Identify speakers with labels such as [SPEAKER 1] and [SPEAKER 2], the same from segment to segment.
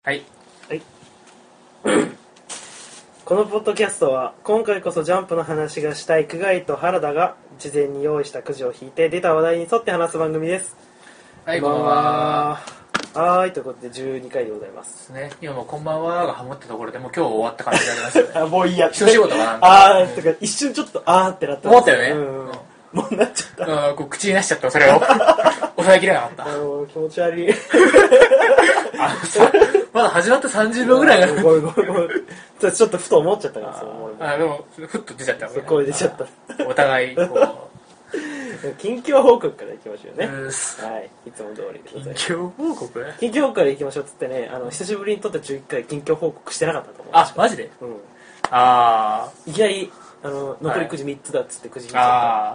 [SPEAKER 1] はい。
[SPEAKER 2] はい。このポッドキャストは今回こそジャンプの話がしたい久我井と原田が事前に用意したくじを引いて出た話題に沿って話す番組です。
[SPEAKER 1] はい、こんばんは。
[SPEAKER 2] はい、ということで12回でございます
[SPEAKER 1] ですね。今もこんばんはがハモったところでもう今日終わった感じになりますよね。
[SPEAKER 2] あ、もういいや。
[SPEAKER 1] 一仕事がなんか。
[SPEAKER 2] とか一瞬ちょっとってなった。
[SPEAKER 1] 思ったよね。
[SPEAKER 2] もうなっちゃった。
[SPEAKER 1] こう口に出しちゃった、それを。抑えきれなかった。
[SPEAKER 2] 気持ち悪い。
[SPEAKER 1] まだ始まった30秒ぐらいが。
[SPEAKER 2] ごめん。ちょっとふと思っちゃったからさ。
[SPEAKER 1] でも、ふっと出ちゃった。
[SPEAKER 2] 声出ちゃった。
[SPEAKER 1] お互い、こ
[SPEAKER 2] う。近況報告からいきましょうね。はい。いつも通りでございます。
[SPEAKER 1] 近況報告
[SPEAKER 2] 近況報告からいきましょうっつってね、久しぶりに撮った11回近況報告してなかったと思う。
[SPEAKER 1] マジで
[SPEAKER 2] うん。
[SPEAKER 1] い
[SPEAKER 2] きなり、残りくじ3つだっつってくじ引いち
[SPEAKER 1] ゃった。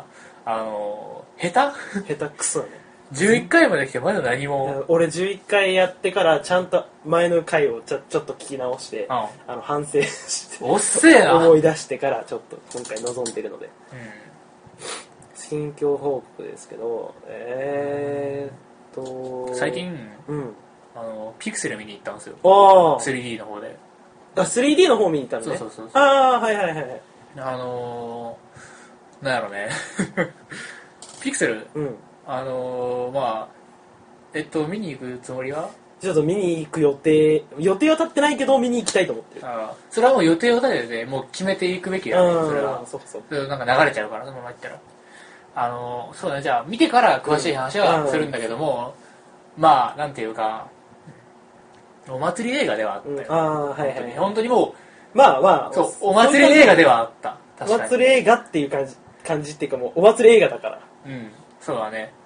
[SPEAKER 1] 下
[SPEAKER 2] 手くそだね。
[SPEAKER 1] 11回まで来てまだ何も。
[SPEAKER 2] 俺11回やってからちゃんと前の回をちょっと聞き直して、反省して
[SPEAKER 1] おっせえな
[SPEAKER 2] 思い出してからちょっと今回臨んでるので、近況報告ですけど、
[SPEAKER 1] 最近、ピクセル見に行ったんですよ。3D の方で。
[SPEAKER 2] 3D の方見に行ったのね。
[SPEAKER 1] そう。
[SPEAKER 2] はい。
[SPEAKER 1] なんやろね。ピクセル、見に行くつもりは
[SPEAKER 2] ちょっと見に行く予定は立ってないけど見に行きたいと思ってる。
[SPEAKER 1] それはもう予定を立ててもう決めていくべきだね。それは
[SPEAKER 2] そう
[SPEAKER 1] なんか流れちゃうからそのまま言ったらそうだね。じゃあ見てから詳しい話はするんだけども、なんていうかお祭り映画ではあったよ。本当にもうそうお祭り映画ではあった。
[SPEAKER 2] 確かにお祭り映画っていう感じっていうかもうお祭り映画だから。
[SPEAKER 1] そうだね。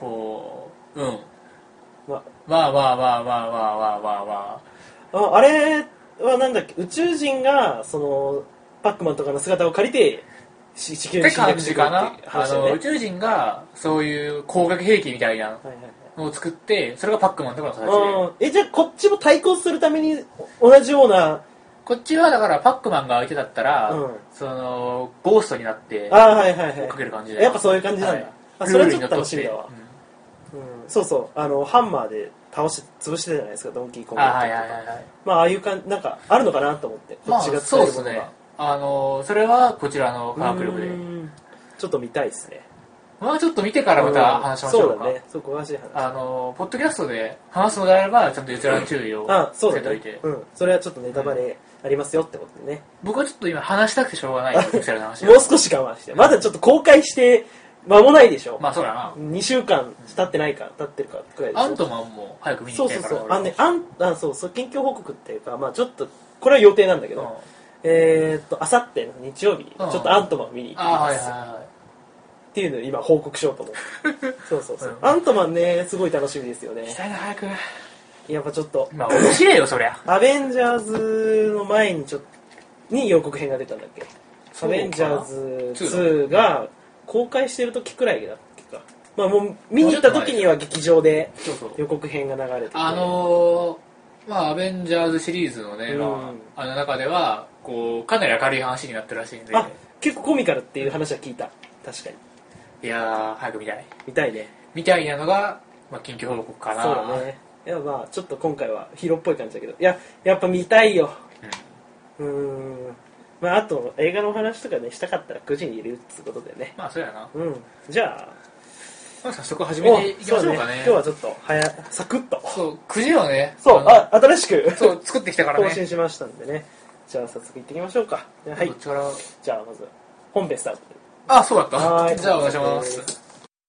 [SPEAKER 2] あれはなんだっけ、宇宙人がそのパックマンとかの姿を借りて地球に侵略してくるっていう話だよね。
[SPEAKER 1] 宇宙人がそういう光学兵器みたいなのを作って、それがパックマンとかの形
[SPEAKER 2] で。じゃあこっちも対抗するために同じような。
[SPEAKER 1] こっちはだからパックマンが相手だったら、そのゴーストになって追っかける感じで。
[SPEAKER 2] やっぱそういう感じなんだ。それはちょっと楽しみだわ。ハンマーで潰してたじゃないですか、ドンキーコングとか。ああいう感じなんかあるのかなと思って、こっちが使えるものが。そうですね。
[SPEAKER 1] それはこちらの科学力で
[SPEAKER 2] ちょっと見たいですね。
[SPEAKER 1] ちょっと見てからまた話しましょうか。
[SPEAKER 2] そうだね。そう詳しい話。
[SPEAKER 1] ポッドキャストで話すのであればちゃんと閲覧注意をつけといて。
[SPEAKER 2] それはちょっとネタバレありますよってことでね。
[SPEAKER 1] 僕はちょっと今話したくてしょうがない。ピクセルの話。
[SPEAKER 2] もう少し我慢して。まだちょっと公開して間もないでしょ。
[SPEAKER 1] そうだな。
[SPEAKER 2] 2週間経ってるかくらいでしょ。
[SPEAKER 1] アントマンも早く見に行きたいから。
[SPEAKER 2] 近況報告っていうか、ちょっとこれは予定なんだけど、あさっての日曜日にちょっとアントマンを見に行ってきます。っていうのを今報告しようと思って。そう。アントマンね、すごい楽しみですよね。
[SPEAKER 1] 行きたいな、早く。
[SPEAKER 2] やっぱちょっと。
[SPEAKER 1] 面白いよ、そりゃ。
[SPEAKER 2] アベンジャーズの前にに予告編が出たんだっけ。アベンジャーズ2が公開してる時くらいだっけか。もう見に行った時には劇場で予告編が流れてて。
[SPEAKER 1] アベンジャーズシリーズのね、中では、かなり明るい話になってるらしいんで。
[SPEAKER 2] 結構コミカルっていう話は聞いた。確かに。
[SPEAKER 1] いやー、早く見たい。
[SPEAKER 2] 見たいね。
[SPEAKER 1] みたいなのが、近況報告かな。
[SPEAKER 2] そうだね。いや、ちょっと今回はヒーローっぽい感じだけど。いや、やっぱ見たいよ。あと、映画の話とかね、したかったら9時に入れるってことでね。
[SPEAKER 1] そうやな。
[SPEAKER 2] じゃあ、
[SPEAKER 1] 早速始めていきましょうかね。
[SPEAKER 2] 今日はちょっとサクッと。
[SPEAKER 1] そう、9時をね。
[SPEAKER 2] 新しく。
[SPEAKER 1] 作ってきたからね。
[SPEAKER 2] 更新しましたんでね。じゃあ早速行ってきましょうか。はい。じゃあまず、本編スタート。
[SPEAKER 1] そうだった。じゃあお願いします。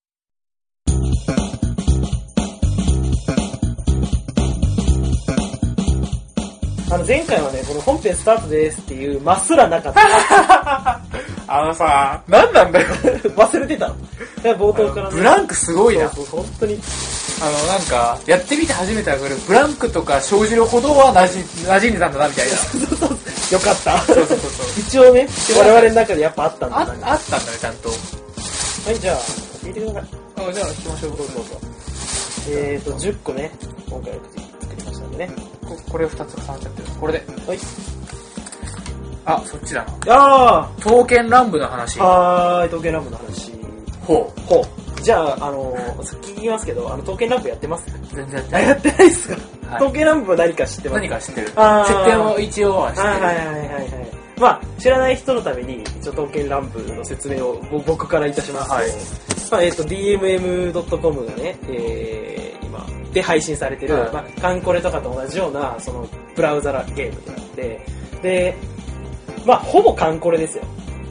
[SPEAKER 2] 前回はね、この本編スタートですっていうまっすらなかった。
[SPEAKER 1] 何なんだよ。
[SPEAKER 2] 忘れてたの。冒頭から、
[SPEAKER 1] ブランクすごいな。
[SPEAKER 2] 本当に。
[SPEAKER 1] なんか、やってみて初めてわかる。ブランクとか生じるほどは馴染んでたんだな、みたいな。
[SPEAKER 2] よかった。
[SPEAKER 1] そう。
[SPEAKER 2] 一応ね、我々の中でやっぱあったんだ。
[SPEAKER 1] あったんだね、ちゃんと。
[SPEAKER 2] はい、じゃあ、聞いてください。
[SPEAKER 1] じゃあ、聞きましょう。どうぞ。
[SPEAKER 2] 10個ね、今回のくじ作りましたんでね。
[SPEAKER 1] これ2つ重なっちゃってる。これで。はい。そっちだ
[SPEAKER 2] な。
[SPEAKER 1] 刀剣乱舞の話。
[SPEAKER 2] 刀剣乱舞の話。
[SPEAKER 1] ほう。
[SPEAKER 2] じゃあ、先言いますけど、刀剣乱舞やってます？
[SPEAKER 1] 全然やってない。
[SPEAKER 2] やってないっすか？ 刀剣乱舞は何か知ってます？
[SPEAKER 1] 何か知ってる。設定も一応は知ってる。
[SPEAKER 2] はい。まあ、知らない人のために、一応刀剣乱舞の説明を僕からいたしますと、はい、DMM.com がね、今、で配信されてる、まあ、カンコレとかと同じような、その、ブラウザゲームであって、で、まあ、ほぼカンコレですよ。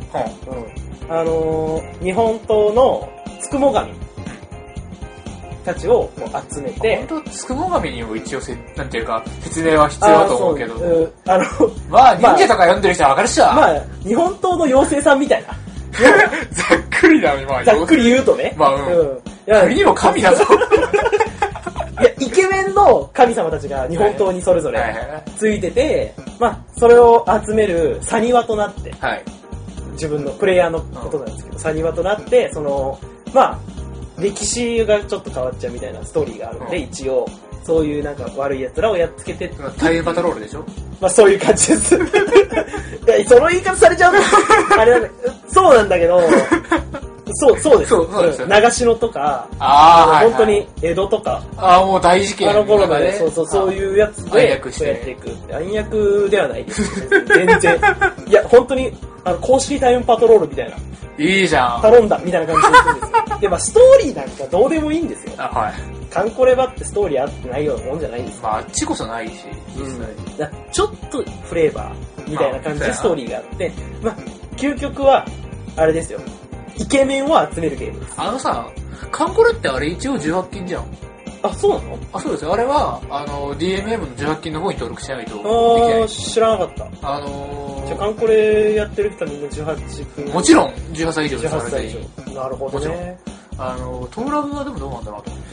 [SPEAKER 2] 日本刀のつくも神たちをこう集めて、
[SPEAKER 1] 本当つくも神にも一応なんていうか説明は必要だと思うけど、まあ忍者とか読んでる人は分かるっしょ。
[SPEAKER 2] まあ日本刀の妖精さんみたいな
[SPEAKER 1] ざっくりだね。まあ
[SPEAKER 2] ざっくり言うとね。
[SPEAKER 1] まあ仮にも神だぞ。
[SPEAKER 2] いやイケメンの神様たちが日本刀にそれぞれついてて、まあそれを集めるサニワとなって。はい。自分のプレイヤーのことなんですけど、サニワとなって、その、まあ、歴史がちょっと変わっちゃうみたいなストーリーがあるんで、一応、そういうなんか悪い奴らをやっつけて。
[SPEAKER 1] タイムパトロールでしょ？
[SPEAKER 2] まあそういう感じです。その言い方されちゃうと、あれなんだそうなんだけど、そうです。そうですよね。長篠とか、本当に江戸とか。
[SPEAKER 1] もう大事件。
[SPEAKER 2] 頃まで、そういうやつで、やっていく。暗躍ではないです。全然。いや、本当に、公式タイムパトロールみたいな。
[SPEAKER 1] いいじゃん。
[SPEAKER 2] 頼んだみたいな感じでするんですよ。で、まあストーリーなんかどうでもいいんですよ。はい。カンコレバってストーリーあってないようなもんじゃないんですよ。
[SPEAKER 1] まああっちこそないし、実際。
[SPEAKER 2] ちょっとフレーバーみたいな感じでストーリーがあって、まあ究極は、あれですよ。イケメンを集めるゲームです。
[SPEAKER 1] さ、カンコレってあれ一応18禁じゃん。
[SPEAKER 2] あ、そうなの？
[SPEAKER 1] そうですよ。あれは、DMM の18禁の方に登録しないとできない。
[SPEAKER 2] 知らなかった。じゃあカンコレやってる人はみんな18分。
[SPEAKER 1] もちろん、18歳以上です。
[SPEAKER 2] 18歳以上。なるほどね。
[SPEAKER 1] トーラブはでもどうなんだなと思って。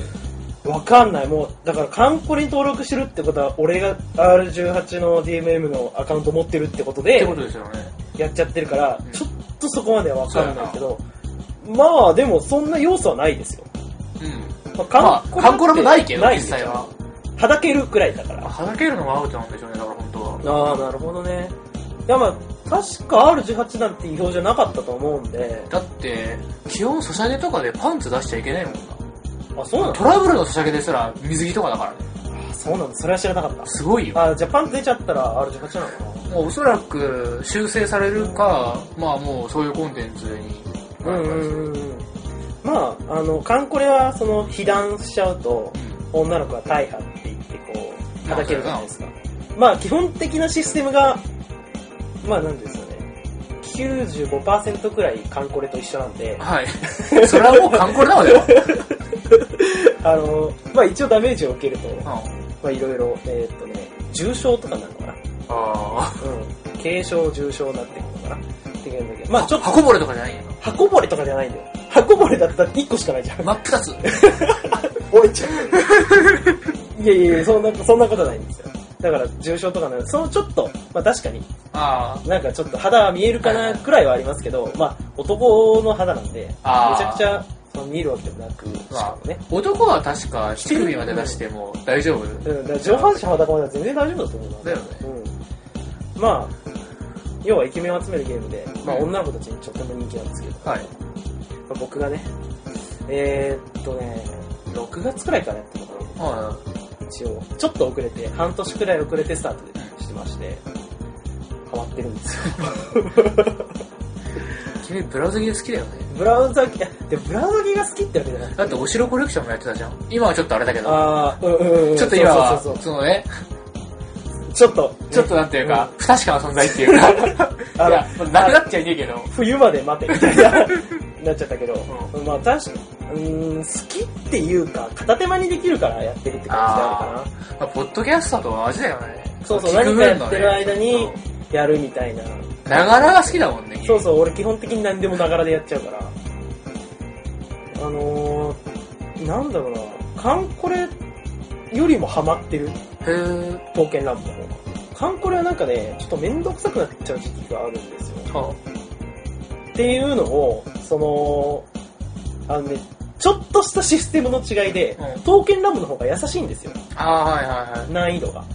[SPEAKER 2] わかんない。もう、だからカンコレに登録してるってことは、俺が R18 の DMM のアカウント持ってるってことで、
[SPEAKER 1] ってことですよね。
[SPEAKER 2] やっちゃってるから、ちょっとそこまではわかんないけど、まあでもそんな要素はないですよ。
[SPEAKER 1] まあ、カンコレもないけど、実際は。
[SPEAKER 2] はだけるくらいだから。
[SPEAKER 1] はだけるのがアウトなんでしょうね、だから本当は。
[SPEAKER 2] なるほどね。いやまあ、確か R18 なんて違法じゃなかったと思うんで。
[SPEAKER 1] だって、基本ソシャゲとかでパンツ出しちゃいけないもんな。
[SPEAKER 2] そうなの？
[SPEAKER 1] トラブルのソシャゲですら水着とかだからね。
[SPEAKER 2] そうなんだ、それは知らなかった。
[SPEAKER 1] すごいよ。
[SPEAKER 2] じゃあパンツ出ちゃったら R18 なのかな？
[SPEAKER 1] もうおそらく修正されるか、まあもうそういうコンテンツに。
[SPEAKER 2] まあ、カンコレはその被弾しちゃうと、女の子は大破って言ってこう、はだけるじゃないですか。まあ基本的なシステムが、まあなんですよね。95% くらいカンコレと一緒なんで。はい。
[SPEAKER 1] それはもうカンコレなので
[SPEAKER 2] はまあ一応ダメージを受けると、まあいろいろ、重傷とかなるのかな。軽傷、重傷になってくるのかな。
[SPEAKER 1] まあちょっと箱ぼれとかじゃないよ。
[SPEAKER 2] 箱ぼれとかじゃないんだよ。箱ぼれだったら1個しかないじゃん。
[SPEAKER 1] 真っ二つ。
[SPEAKER 2] 折れちゃう。いや、そんなことないんですよ。だから重傷とかなる。そのちょっと、まあ確かに。なんかちょっと肌は見えるかなくらいはありますけど、まあ男の肌なんで、めちゃくちゃ見えるわけでもなく、しかもね。
[SPEAKER 1] 男は確か乳首まで出しても大丈夫。
[SPEAKER 2] だから上半身裸までは全然大丈夫だと思うな。
[SPEAKER 1] だよね。
[SPEAKER 2] まあ、要はイケメンを集めるゲームで、まあ女の子たちにちょっとも人気なんですけど、はい。僕がね、6月くらいからやってるのかな。一応、ちょっと遅れて、半年くらい遅れてスタートしてまして、ハマってるんですよ。
[SPEAKER 1] 君、ブラウザギが好きだよね。
[SPEAKER 2] ブラウザギが好きってわけじゃない。
[SPEAKER 1] だって、お城コレクションもやってたじゃん。今はちょっとあれだけど。
[SPEAKER 2] ち
[SPEAKER 1] ょっと今は、そのね、
[SPEAKER 2] ちょっと
[SPEAKER 1] なんていうか、不確かな存在っていうか、いや、なくなっちゃいねえけど。
[SPEAKER 2] 冬まで待てみたいな、なっちゃったけど、まあ確かに、好きっていうか、片手間にできるからやってるって感じであるかな。
[SPEAKER 1] ポッドキャストと同じだよね。
[SPEAKER 2] そう、何かやってる間にやるみたいな。
[SPEAKER 1] ながらが好きだもんね。
[SPEAKER 2] そう、俺基本的に何でもながらでやっちゃうから。なんだろうな、カンコレよりもハマってる。刀剣乱舞の方が。カンコレはなんかね、ちょっとめんどくさくなっちゃう時期があるんですよ。っていうのを、ちょっとしたシステムの違いで、刀剣乱舞の方が優しいんですよ。難易度が。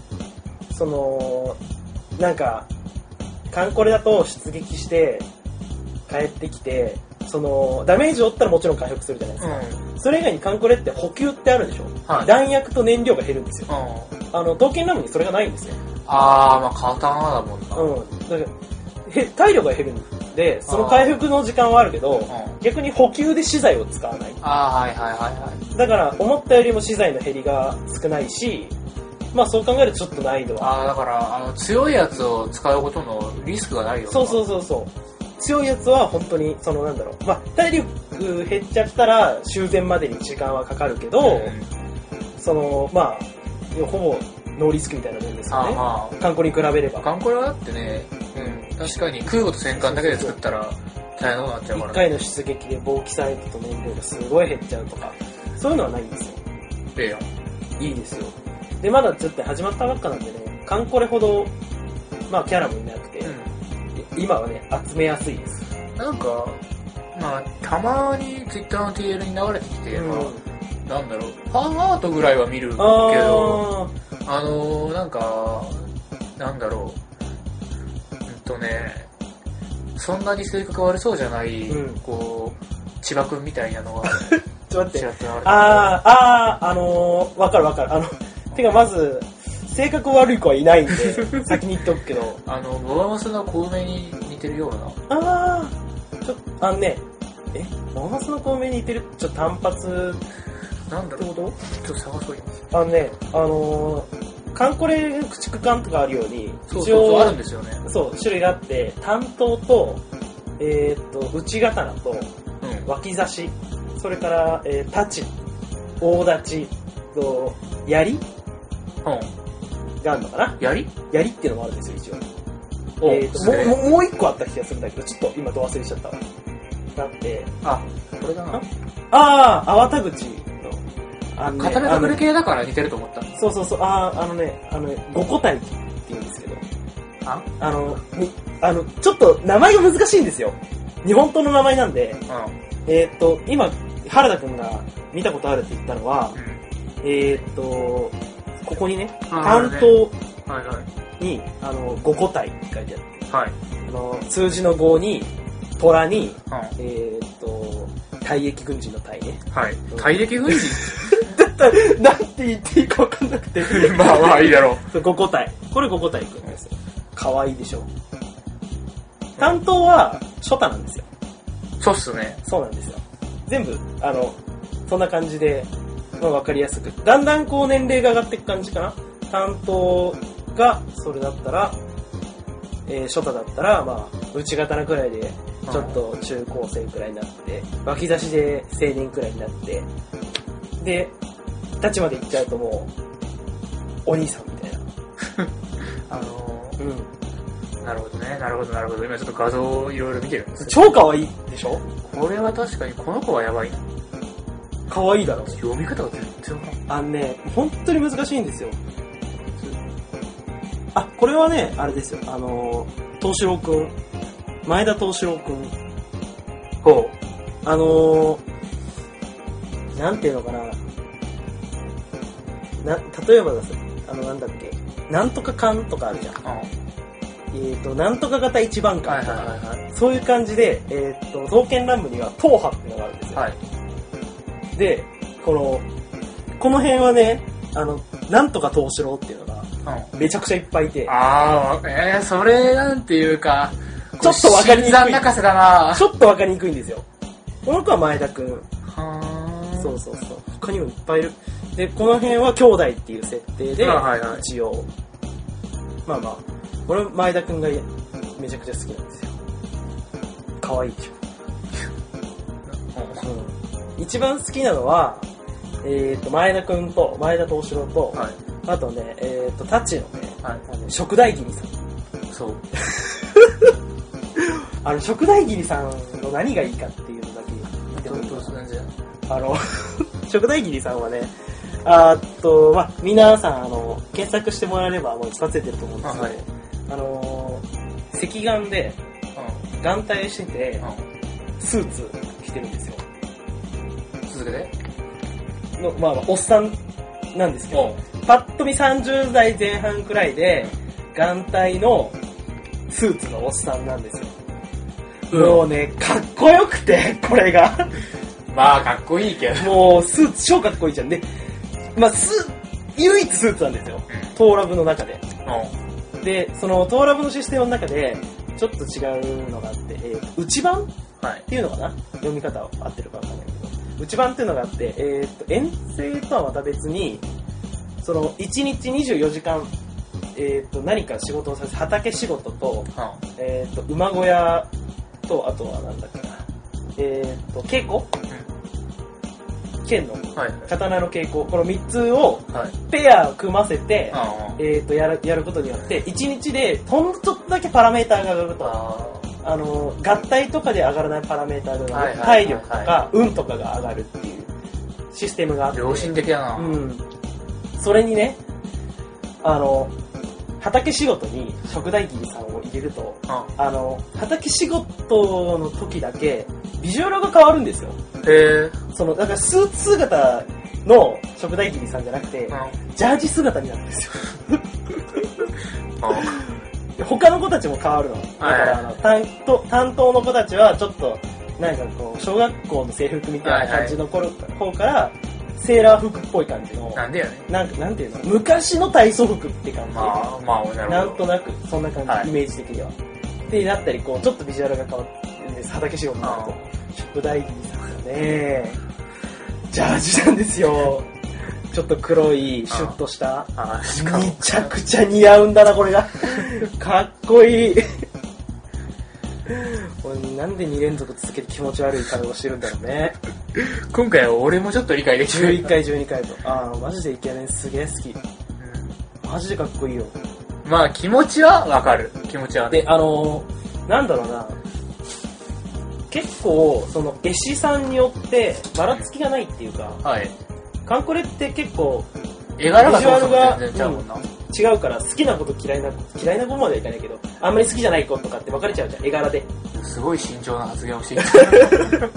[SPEAKER 2] なんか、カンコレだと出撃して、帰ってきて、ダメージを負ったらもちろん回復するじゃないですか。それ以外にカンコレって補給ってあるでしょ。弾薬と燃料が減るんですよ。 刀剣乱舞にそれがないんですよ。
[SPEAKER 1] まあ刀だもんな。
[SPEAKER 2] だから体力が減るんで、その回復の時間はあるけど、逆に補給で資材を使わない。だから思ったよりも資材の減りが少ないし、まあそう考えるとちょっと難易度は。
[SPEAKER 1] だから強いやつを使うことのリスクがないよ。
[SPEAKER 2] そう。強いやつは本当にまあ体力減っちゃったら修繕までに時間はかかるけど、まあほぼノーリスクみたいなもんですよね。カンコに比べれば。
[SPEAKER 1] カンコレはだってね、確かに空母と戦艦だけで作ったら大変なことになっちゃうから。
[SPEAKER 2] 1回の出撃で防気サイトと燃料がすごい減っちゃうとか、そういうのはないんですよ。いいですよ。で、まだちょっと始まったばっかなんでね、カンコレほど、まあキャラもいなくて、今はね、集めやすいです。
[SPEAKER 1] なんか、まあ、たまに Twitter の TL に流れてきて、なんだろう、ファンアートぐらいは見るけど、なんか、なんだろう、そんなに性格悪そうじゃない、こう、千葉くんみたいなのが、
[SPEAKER 2] ちょっと待って。わかる。てかまず、性格悪い子はいないんで、先に言っとくけど。
[SPEAKER 1] ボバマスの小梅に似てるような。
[SPEAKER 2] ボバマスの小梅に似てる単発、
[SPEAKER 1] なんだろう。
[SPEAKER 2] ってこと？
[SPEAKER 1] ちょっと探そう
[SPEAKER 2] カンコレ駆逐艦とかあるように、
[SPEAKER 1] 一応あるんですよね。
[SPEAKER 2] そう、種類があって、単刀と、内刀と、脇差し、それから、太刀、大太刀と、槍があるのかな？槍っていうのもあるんですよ、一応。もう一個あった気がするんだけど、ちょっと今ど忘れしちゃったわ。だって、
[SPEAKER 1] これだな。
[SPEAKER 2] 粟田口の。
[SPEAKER 1] 片目隠れ系だから似てると思った。
[SPEAKER 2] そう。五個体って言うんですけど。ちょっと名前が難しいんですよ。日本刀の名前なんで。今、原田くんが見たことあるって言ったのは、ここにね、単刀に、五個体って書いてあって、数字の5に、虎に、退役軍人の隊ね。
[SPEAKER 1] 退役軍人
[SPEAKER 2] だったら、なんて言っていいか分かんなくて。
[SPEAKER 1] まあいいだろう。
[SPEAKER 2] 5個体。これ5個体くんですよ。かわいいでしょ。担当は、初太なんですよ。
[SPEAKER 1] そうっすね。
[SPEAKER 2] そうなんですよ。全部、そんな感じで、分かりやすく。だんだんこう年齢が上がっていく感じかな。担当が、それだったら、初太だったら、まあ、内刀くらいで、ちょっと中高生くらいになって、脇差しで青年くらいになって、で、立ちまで行っちゃうともう、お兄さんみたいな。
[SPEAKER 1] なるほどね。今ちょっと画像をいろいろ見てるんです
[SPEAKER 2] 超可愛いでしょ？
[SPEAKER 1] これは確かに、この子はやばいな。
[SPEAKER 2] 可愛いだろ。
[SPEAKER 1] 読み方が全然わかんない。
[SPEAKER 2] 本当に難しいんですよ。これはね、あれですよ。東四郎くん。前田東四郎くん。なんていうのかな。例えばですなんだっけ。なんとか艦とかあるじゃん。なんとか型一番艦とか。そういう感じで、刀剣乱舞には刀派っていうのがあるんですよ。で、この辺はね、なんとか東四郎っていうのが、めちゃくちゃいっぱいいて。
[SPEAKER 1] それなんていうか、
[SPEAKER 2] ちょっとわかりにくい。
[SPEAKER 1] 泣かせだな。
[SPEAKER 2] ちょっとわかりにくいんですよ。この子は前田くん。そう。他にもいっぱいいる。で、この辺は兄弟っていう設定で、一応。まあ、俺前田くんがめちゃくちゃ好きなんですよ。可愛いでしょ。一番好きなのは、前田くんと、前田東四郎と、あとね、タッチのね、食大義理さん。
[SPEAKER 1] そう。
[SPEAKER 2] 食大義理さんの何がいいかっていうのだけ見てもいいかな。食大義理さんはね、皆さん、検索してもらえればもう一発出てると思うんですけど、赤眼で、眼帯してて、スーツ着てるんですよ。
[SPEAKER 1] 続けて
[SPEAKER 2] おっさんなんですけど、パッと見30代前半くらいで、眼帯のスーツのおっさんなんですよ。もうね、かっこよくて、これが。ま
[SPEAKER 1] あ、かっこいいけど。
[SPEAKER 2] もう、スーツ超かっこいいじゃん。で、 唯一スーツなんですよ。トーラブの中で。で、そのトーラブのシステムの中で、ちょっと違うのがあって、内版っていうのかな、読み方は合ってるかわかんないけど。内版っていうのがあって、遠征とはまた別に、その、1日24時間、何か仕事をさせ、畑仕事と、馬小屋と、あとはなんだっけな、稽古、剣の、刀の稽古、この3つをペアを組ませて、やることによって、1日でほんのちょっとだけパラメーターが上がると。合体とかで上がらないパラメーターが上がる。体力とか運とかが上がるっていうシステムがあって。
[SPEAKER 1] 良心的だな。
[SPEAKER 2] それにね、畑仕事に食大切りさんを入れると、畑仕事の時だけビジュアルが変わるんですよ。だからスーツ姿の食大切りさんじゃなくて、ジャージ姿になるんですよ。他の子たちも変わるの。だから担当の子たちはちょっとなんかこう小学校の制服みたいな感じの方からセーラー服っぽい感じの。
[SPEAKER 1] なんでやねん。
[SPEAKER 2] なんていうの、昔の体操服って感じ。
[SPEAKER 1] なん
[SPEAKER 2] となくそんな感じ、イメージ的には。でなったりこうちょっとビジュアルが変わってるんです。畑仕事になると食大切りさんがね、ジャージなんですよ。ちょっと黒いシュッとしためちゃくちゃ似合うんだなこれが。かっこいい。なんで2連続続けて気持ち悪い顔をしてるんだろうね。
[SPEAKER 1] 今回は俺もちょっと理解できない。
[SPEAKER 2] 11回12回と。マジでイケメンすげえ好き。マジでかっこいいよ。
[SPEAKER 1] まあ気持ちはわかる。気持ちはね。
[SPEAKER 2] で、なんだろうな。結構、その絵師さんによってばらつきがないっていうか、カンコレって結構、
[SPEAKER 1] 絵柄がそもそも全然ちゃうもんな。
[SPEAKER 2] 違うから好きな子と嫌いな子まではいかないけど、あんまり好きじゃない子とかって分かれちゃうじゃん、絵柄で。
[SPEAKER 1] すごい慎重な発言をしてい
[SPEAKER 2] る。危ない。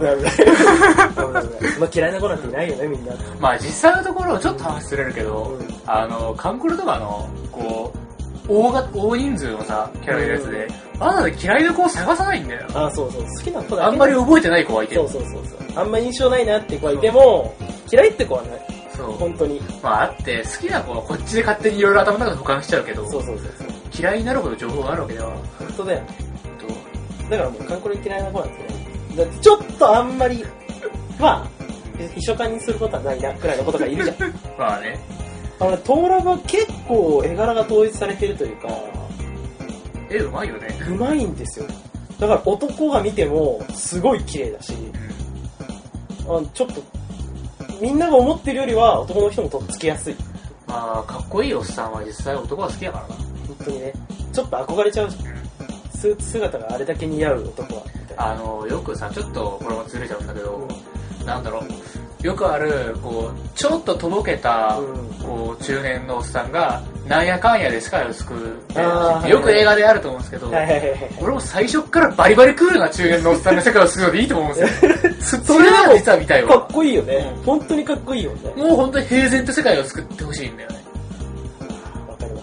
[SPEAKER 2] まあ嫌いな子なんていないよね、みんな。
[SPEAKER 1] まあ実際のところちょっと話ずれるけど、カンコレとかの、こう、大人数のさ、キャラいるやつで、わざわざ嫌いな子を探さないんだよ。
[SPEAKER 2] そう。好きな子だけ。
[SPEAKER 1] あんまり覚えてない子はいて
[SPEAKER 2] も。そう。あんまり印象ないなって子はいても、嫌いって子はない。本当に。
[SPEAKER 1] まああって、好きな子はこっちで勝手にいろいろ頭の中で保管しちゃうけど、嫌いになるほど情報があるわけでは。
[SPEAKER 2] 本当だよ。だからもうカンコレ嫌いな子なんですよ。だってちょっとあんまり、まあ、秘書官にすることはないな、くらいのことがいるじゃん。
[SPEAKER 1] まあね。
[SPEAKER 2] トーラブは結構絵柄が統一されてるというか、
[SPEAKER 1] うまいよね。
[SPEAKER 2] うまいんですよ。だから男が見てもすごい綺麗だし、ちょっとみんなが思ってるよりは男の人もとっつきやすい。
[SPEAKER 1] まあかっこいいおっさんは実際男は好きやからな。
[SPEAKER 2] 本当にね、ちょっと憧れちゃうじゃん。スーツ姿があれだけ似合う男はみたいな。
[SPEAKER 1] よくさ、ちょっとこれもずれちゃうんだけど、なんだろう、よくあるこうちょっととぼけた、こう中年のおっさんがなんやかんやで世界を救うってよく映画であると思うんですけど、俺も最初からバリバリクールな中年のおっさんが世界を救うのでいいと思うんですよ。それは実は見たいわ。
[SPEAKER 2] かっこいいよね。本当にかっこいいよね。
[SPEAKER 1] もう本当に平然と世界を救ってほしいんだよね。
[SPEAKER 2] わかります。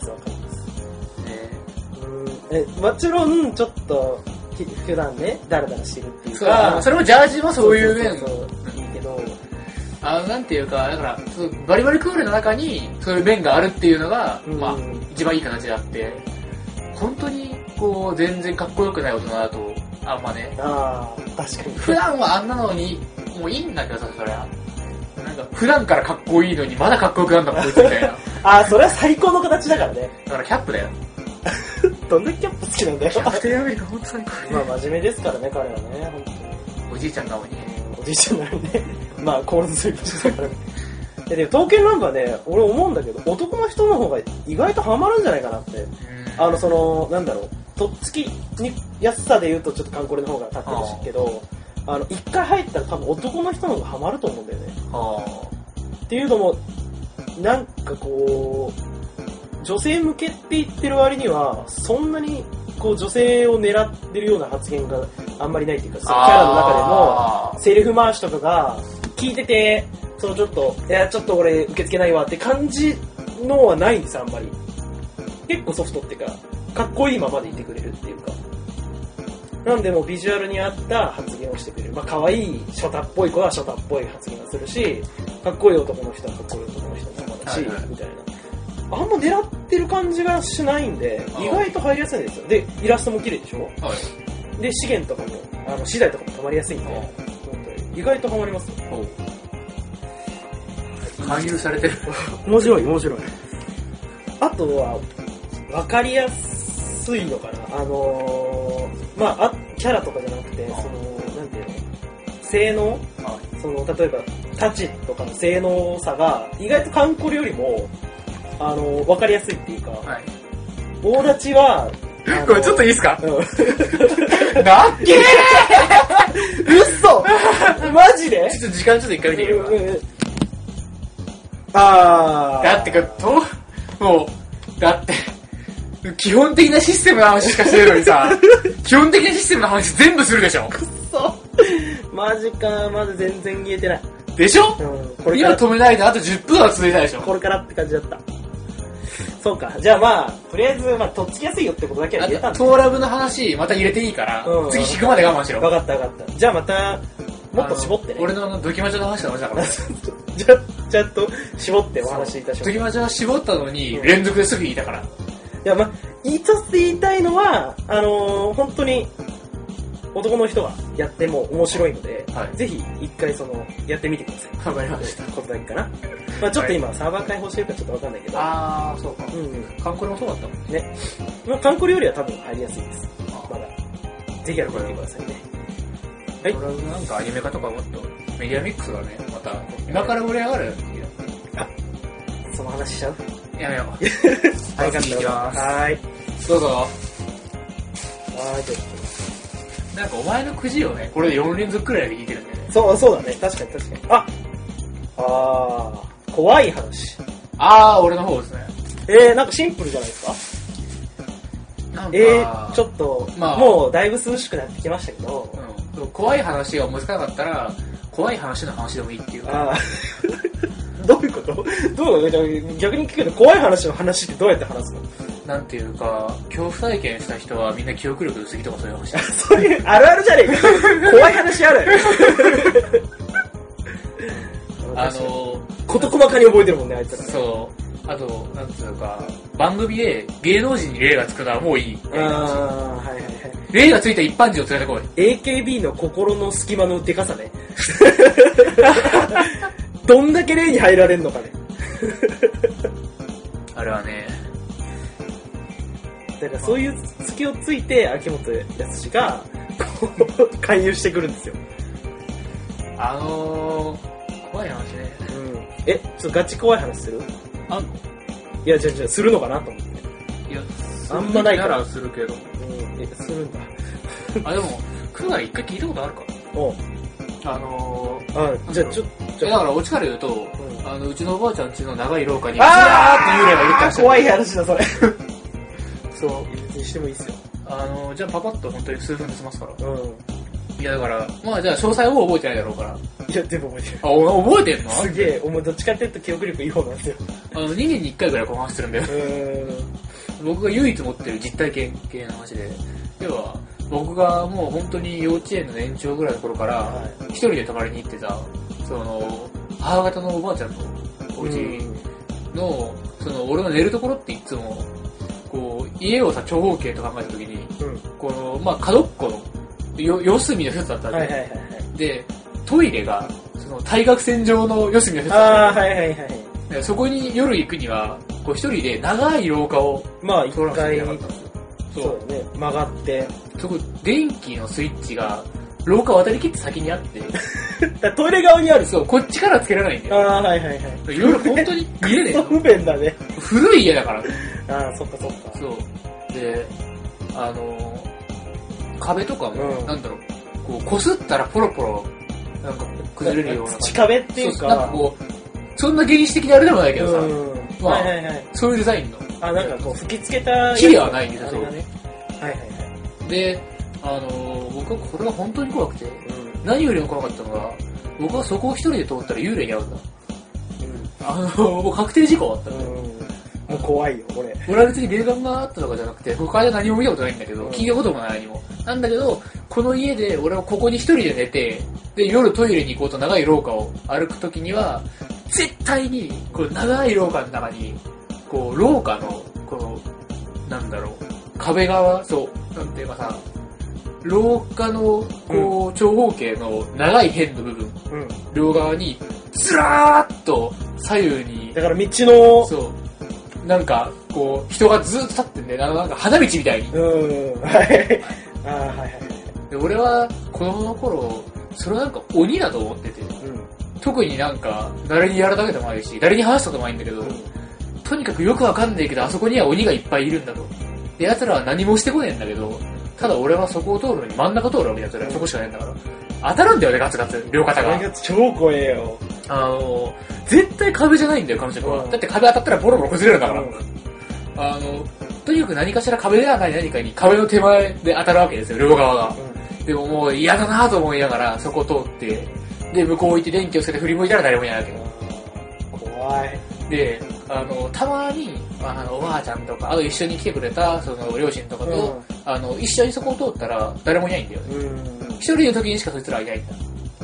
[SPEAKER 2] もちろんちょっと普段ねダラダラしてるっていうか、
[SPEAKER 1] それもジャージもそういう面
[SPEAKER 2] いいけど、
[SPEAKER 1] なんていうか、だからバリバリクールの中にそういう面があるっていうのが、まあ一番いい形であって、本当にこう全然かっこよくない大人だとあんまね。
[SPEAKER 2] 確かに。
[SPEAKER 1] 普段はあんなのにもういいんだけどさ、そりゃなんか普段からかっこいいのにまだかっこよくなるんだこいつみたいな。
[SPEAKER 2] それは最高の形だからね。
[SPEAKER 1] だからキャップだよ。
[SPEAKER 2] どんなキャップ好きなんだよ。
[SPEAKER 1] キャプテンアメリカ本当に
[SPEAKER 2] まあ真面目ですからね、彼はね。本当に
[SPEAKER 1] おじいちゃんなのに。
[SPEAKER 2] おじいちゃんなのにね。まあコールドスリープしてたからね。でも刀剣乱舞はね、俺思うんだけど、男の人の方が意外とハマるんじゃないかなって。なんだろう、とっつきにやすさで言うとちょっとカンコレの方が立ってほしいけど、一回入ったら多分男の人の方がハマると思うんだよね。っていうのも、なんかこう、女性向けって言ってる割には、そんなにこう女性を狙ってるような発言があんまりないっていうか、キャラの中でも、セリフ回しとかが、聞いてて、ちょっと俺受け付けないわって感じのはないんですよ、あんまり。結構ソフトっていうか、かっこいいままでいてくれるっていうか。なんでもうビジュアルに合った発言をしてくれる。まあ可愛いショタっぽい子はショタっぽい発言をするし、かっこいい男の人はかっこいい男の人のままし、
[SPEAKER 1] はいはい、
[SPEAKER 2] みたいな。あんま狙ってる感じがしないんで、意外と入りやすいんですよ。で、イラストも綺麗でしょ、はい、で、資源とかも、資材とかも溜まりやすいんで、意外とハマりますよ。
[SPEAKER 1] 勧誘されてる。
[SPEAKER 2] 面白い。あとは、わかりやすいのかな。キャラとかじゃなくて、なんていうの、性能、例えば、タチとかの性能差が、意外とカンコレよりも、わかりやすいっていうか、はい、大立ちは、
[SPEAKER 1] これちょっといいですか？
[SPEAKER 2] うん。なっ
[SPEAKER 1] け
[SPEAKER 2] ー嘘マジで？
[SPEAKER 1] ちょっと時間ちょっと一回見てみようか。だってもう、だって、基本的なシステムの話しかしてるのにさ、基本的なシステムの話全部するでしょ？
[SPEAKER 2] くっそマジか、まだ全然言えてない。
[SPEAKER 1] でしょ？これ今止めないであと10分は続いたでしょ？
[SPEAKER 2] これからって感じだった。そうか。じゃあとりあえず、とっつきやすいよってことだけは言えたんだ。
[SPEAKER 1] トーラブの話、まと入れていいから、次引くまで我慢しろ。
[SPEAKER 2] わかった。じゃあまた、もっと絞ってね。
[SPEAKER 1] 俺のドキマチョの話の話だから。
[SPEAKER 2] じゃあ、ちゃんと絞ってお話しいたします。
[SPEAKER 1] ドキマチョは絞ったのに、連続ですぐ言いたから。い
[SPEAKER 2] や、一つ言いたいのは、本当に、男の人がやっても面白いので、はい、ぜひ一回やってみてください。
[SPEAKER 1] わかりました。
[SPEAKER 2] ことだけかな。ちょっと今、サーバー開放してるかちょっとわかんないけど。
[SPEAKER 1] そうか。カンコレもそうだったもん
[SPEAKER 2] ね。カンコレよりは多分入りやすいです。まだ。ぜひやってみてくださいね。
[SPEAKER 1] はい。なんかアニメ化とかもっとメディアミックスがね、また今から盛り上がる。
[SPEAKER 2] その話しちゃう？
[SPEAKER 1] やめよう。
[SPEAKER 2] はい、頑張ります。はい。
[SPEAKER 1] どうぞ。
[SPEAKER 2] はい、
[SPEAKER 1] なんかお前のくじをね、これで4連続くらいで聞いてるんだよね。
[SPEAKER 2] そうだね。確かに。怖い話。
[SPEAKER 1] 俺の方ですね。
[SPEAKER 2] なんかシンプルじゃないですか？ちょっと、もうだいぶ涼しくなってきましたけど、
[SPEAKER 1] 怖い話が思いつかなかったら、怖い話の話でもいいっていうか。
[SPEAKER 2] どういうこと？逆に聞くけど、怖い話の話ってどうやって話すの？
[SPEAKER 1] なんていうか、恐怖体験した人はみんな記憶力薄いとかそういう話。
[SPEAKER 2] そういう、あるあるじゃねえか。怖い話ある。事細かに覚えてるもんね、あいつら。
[SPEAKER 1] そう。あと、なんていうか、番組で芸能人に霊がつくのはもういい。霊がついた一般人を連れてこい。
[SPEAKER 2] AKB の心の隙間のでかさね。どんだけ霊に入られんのかね。
[SPEAKER 1] あれはね。
[SPEAKER 2] だからそういう隙をついて秋元康が勧誘してくるんですよ。
[SPEAKER 1] 怖い話ね。
[SPEAKER 2] ちょっとガチ怖い話する？いや、じゃあするのかなと思って。
[SPEAKER 1] いや、
[SPEAKER 2] あんまないから。
[SPEAKER 1] するけど。
[SPEAKER 2] するんだ。
[SPEAKER 1] でも、クガ一回聞いたことあるか？
[SPEAKER 2] じゃあちょっと。
[SPEAKER 1] だから、オチから言うと、うちのおばあちゃん家の長い廊下に、ずらーって幽霊がいるって話。
[SPEAKER 2] 怖い話だ、それ。そう、別にしてもいいっすよ。
[SPEAKER 1] じゃあパパッと本当に数分で済ますから。いや、だから、じゃあ詳細を覚えてないだろうから。
[SPEAKER 2] いや、全部覚えてる。
[SPEAKER 1] 覚えてんの？
[SPEAKER 2] すげえ、お前どっちかっていうと記憶力いい方なんですよ。
[SPEAKER 1] 2年に1回ぐらいこの話するんだよ。僕が唯一持ってる実体験系の話で、要は、僕がもう本当に幼稚園の年長ぐらいの頃から、一人で泊まりに行ってた、母方のおばあちゃんのお家の、俺の寝るところっていつも、家を長方形と考えたときに、角っこの、四隅の一つだったんで、で、トイレが、対角線上の四隅の一つだったんで、そこに夜行くには、一人で長い廊下を
[SPEAKER 2] 通らなきゃいけなかったんですよ。そうだね、曲がって。
[SPEAKER 1] そこ、電気のスイッチが、廊下渡り切って先にあって。
[SPEAKER 2] トイレ側にある？
[SPEAKER 1] そう、こっちからつけられないんだよ。夜本当に見えねえ
[SPEAKER 2] 不便だね。
[SPEAKER 1] 古い家だからね。
[SPEAKER 2] そっか。
[SPEAKER 1] そう。で、壁とかも、こすったらポロポロ、なんか崩れるような。
[SPEAKER 2] 土壁っていうか。
[SPEAKER 1] なんかそんな原始的なあれでもないけどさ。そういうデザインの。
[SPEAKER 2] なんか吹き付けた。
[SPEAKER 1] 木ではないんですよ。で、僕はこれが本当に怖くて、何よりも怖かったのが、僕はそこを一人で通ったら幽霊に会うんだ。もう確定事項あったんだよ。
[SPEAKER 2] もう怖いよ、これ。
[SPEAKER 1] 俺は別に霊感があったとかじゃなくて、他で何も見たことないんだけど、聞いたこともないにも。なんだけど、この家で俺はここに一人で寝て、で、夜トイレに行こうと長い廊下を歩くときには、 絶対にこう長い廊下の中にこう廊下のこのなんだろう壁側そうなんていうかさ廊下のこう長方形の長い辺の部分、両側にずらーっと左右に
[SPEAKER 2] だから道の
[SPEAKER 1] そうなんかこう人がずっと立ってんでなんか花道みたいに
[SPEAKER 2] はいあはいはい
[SPEAKER 1] で俺は子供の頃それはなんか鬼だと思ってて、特になんか誰にやられたこともないし誰に話したこともないんだけど、とにかくよくわかんないけどあそこには鬼がいっぱいいるんだとで奴らは何もしてこねえんだけどただ俺はそこを通るのに真ん中通るわけだよそこしかないんだから当たるんだよねガツガツ両肩が
[SPEAKER 2] 超怖えよ
[SPEAKER 1] 絶対壁じゃないんだよ彼女は、だって壁当たったらボロボロ崩れるんだから、とにかく何かしら壁ではない何かに壁の手前で当たるわけですよ両側が、でももう嫌だなと思いながらそこを通ってで向こう行って電気をつけて振り向いたら誰もいないわけ
[SPEAKER 2] 怖い
[SPEAKER 1] でたまにおばあちゃんとかあと一緒に来てくれたその両親とかと、一緒にそこを通ったら誰もいないんだよね、一人の時にしかそいつらはいないんだ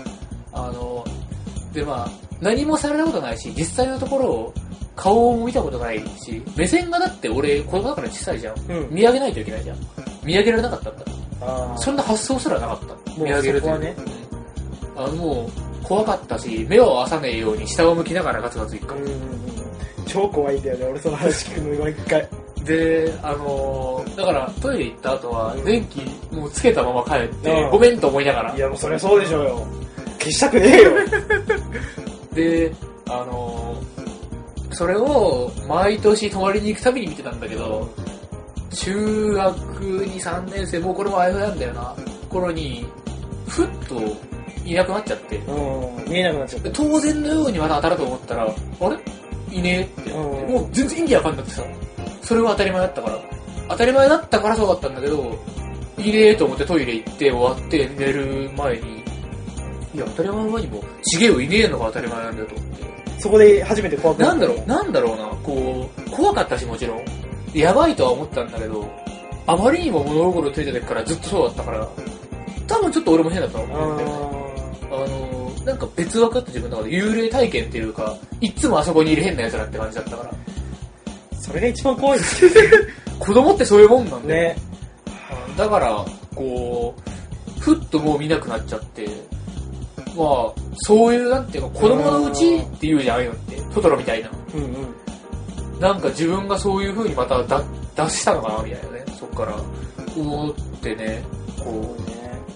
[SPEAKER 1] でまあ何もされたことないし実際のところ顔も見たことないし目線がだって俺子供だから小さいじゃん、見上げないといけないじゃん見上げられなかったんだそんな発想すらなかった見上げるというねもう怖かったし目を合わさねえように下を向きながらガツガツいくから
[SPEAKER 2] 超怖いんだよね俺その話聞くの毎回
[SPEAKER 1] でだからトイレ行った後は電気もうつけたまま帰ってごめんと思いながら
[SPEAKER 2] いやもうそりゃそうでしょうよ消したくねえよ
[SPEAKER 1] でそれを毎年泊まりに行くたびに見てたんだけど中学2、3年生もうこれもあやふやなんだよな頃にふっといなくなっちゃって
[SPEAKER 2] 見えなくなっちゃって
[SPEAKER 1] 当然のようにまた当たると思ったらあれいねえってなってもう全然意味わかんなくてさそれは当たり前だったからそうだったんだけどいねえと思ってトイレ行って終わって寝る前にいや当たり前の前にもちげえよいねえのが当たり前なんだよと思って
[SPEAKER 2] そこで初めて怖くなった
[SPEAKER 1] なんだろうなこう怖かったしもちろんやばいとは思ったんだけどあまりにも物心ついた時からずっとそうだったから多分ちょっと俺も変だったと思うんだよねなんか別枠だった自分の中で幽霊体験っていうかいつもあそこにいる変な奴らって感じだったから
[SPEAKER 2] それが一番怖いですよ
[SPEAKER 1] 子供ってそういうもんなんだよ
[SPEAKER 2] ね
[SPEAKER 1] だからこうふっともう見なくなっちゃってまあそういうなんていうか子供のうちって言うじゃんああいうのってトトロみたいな、なんか自分がそういう風にまた脱したのかなみたいなねそっから思ってねこう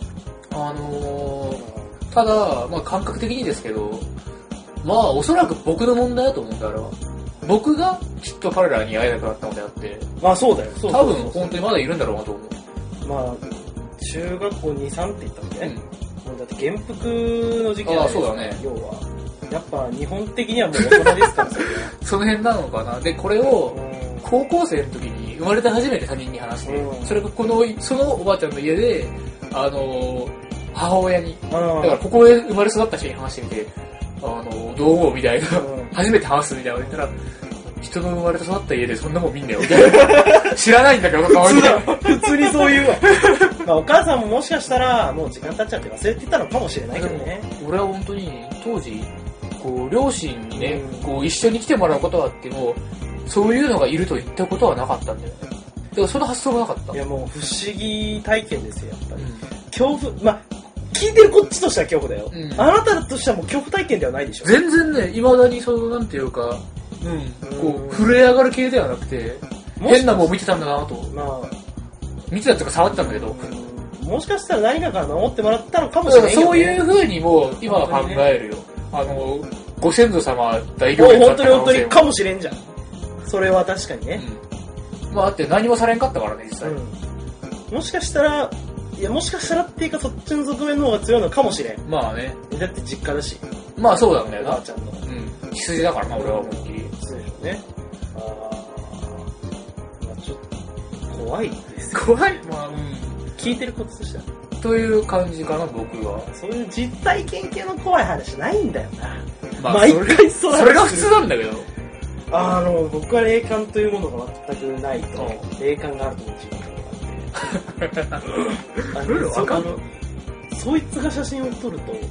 [SPEAKER 1] ただまあ感覚的にですけどまあおそらく僕の問題だと思うんだあれは僕がきっと彼らに会えなくなったのであって
[SPEAKER 2] まあそうだよ
[SPEAKER 1] 多分本当にまだいるんだろうなと思う
[SPEAKER 2] まあ中学校 2,3 って言ったんだね、もうだって元服の時期なんですよ、
[SPEAKER 1] そうだね
[SPEAKER 2] 要はやっぱ日本的にはもう大人ですから
[SPEAKER 1] その辺なのかなでこれを高校生の時に生まれて初めて他人に話して、それがそのおばあちゃんの家で母親にだからここで生まれ育った人に話してみてどう思うみたいな、初めて話すみたいな言ったら人の生まれて育った家でそんなもん見んだよみたいな知らないんだけど
[SPEAKER 2] 普通にそう言うわまあお母さんももしかしたらもう時間経っちゃって忘れてたのかもしれないけどね
[SPEAKER 1] 俺は本当に当時こう両親にね、こう一緒に来てもらうことはあってもそういうのがいると言ったことはなかったんだよねだからその発想がなかった
[SPEAKER 2] いやもう不思議体験ですよやっぱり、恐怖まあ聞いてるこっちとしては恐怖だよ、あなたとしてはもう恐怖体験ではないでしょ
[SPEAKER 1] 全然ね未だにそのなんていうかこう震え上がる系ではなくて変なもん見てたんだなとまあ見てたっていうか触ってたんだけど
[SPEAKER 2] もしかしたら何かから守ってもらったのかもしれないよね
[SPEAKER 1] そういう風にも今は考えるよ、ご先祖様大行列だった可能性も
[SPEAKER 2] 本当にかもしれんじゃんそれは確かにね、
[SPEAKER 1] まあだって何もされんかったからね実際、
[SPEAKER 2] もしかしたらっていうかそっちの側面の方が強いのかもしれん
[SPEAKER 1] まあね
[SPEAKER 2] だって実家だし
[SPEAKER 1] まあそうなんだよな
[SPEAKER 2] おばあちゃんの
[SPEAKER 1] 羊だからな俺は思いっきり
[SPEAKER 2] そうでしょうねまあちょっと怖いです
[SPEAKER 1] 怖いまあ
[SPEAKER 2] 聞いてることとしては
[SPEAKER 1] という感じかな僕は
[SPEAKER 2] そういう実体験系の怖い話ないんだよな
[SPEAKER 1] 毎回それが普通なんだけど
[SPEAKER 2] 僕は霊感というものが全くないと霊感があると思う自分があってルールわかんのそいつが写真を撮ると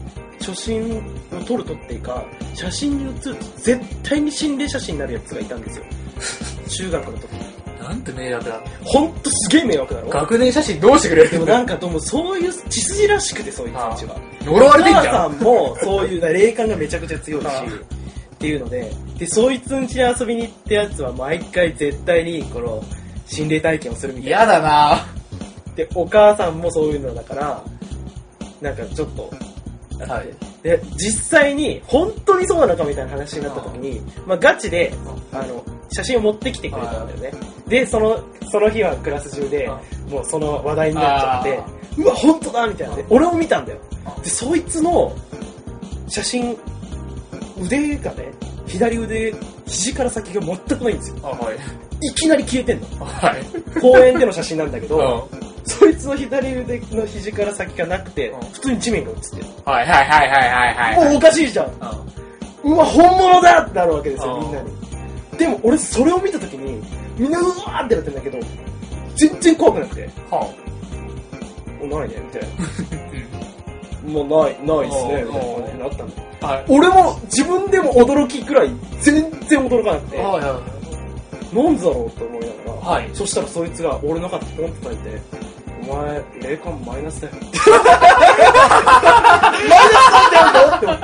[SPEAKER 2] 初心を撮っていうか、写真に写ると絶対に心霊写真になるやつがいたんですよ。中学の時に。
[SPEAKER 1] なんて迷惑だ。
[SPEAKER 2] ほんとすげえ迷惑だろ。
[SPEAKER 1] 学年写真どうしてくれる
[SPEAKER 2] でもなんかどうもそういう血筋らしくて、そういう人たちは。
[SPEAKER 1] 呪われてんじゃん。
[SPEAKER 2] お母さんもそういう霊感がめちゃくちゃ強いし、っていうので、そいつん家に遊びに行ったやつは毎回絶対にこの心霊体験をするみたいな。
[SPEAKER 1] 嫌だな。
[SPEAKER 2] で、お母さんもそういうのだから、なんかちょっと、はい、で実際に本当にそうなのかみたいな話になった時に、まあ、ガチで写真を持ってきてくれたんだよね。でその日はクラス中でもうその話題になっちゃって、うわ本当だみたいな。で俺も見たんだよ。でそいつの写真、腕がね、左腕肘から先が全くないんですよ。
[SPEAKER 1] はい、
[SPEAKER 2] いきなり消えてんの、
[SPEAKER 1] はい、
[SPEAKER 2] 公園での写真なんだけど、そいつの左腕の肘から先がなくて、普通に地面が映ってる。
[SPEAKER 1] はいはいはいはいはい。
[SPEAKER 2] もうおかしいじゃん。うわ、本物だってなるわけですよ、みんなに。でも俺それを見たときに、みんなうわーってなってんだけど、全然怖くなくて。ないね、みたいな。もうないっすね、みたいな感じになったんだよ。俺も自分でも驚きくらい、全然驚かなくて。なんでだろうって思いながら、そしたらそいつが俺の肩ポンと叩いて、お前、霊感マイナスだよ。マイナスなんだよって思って。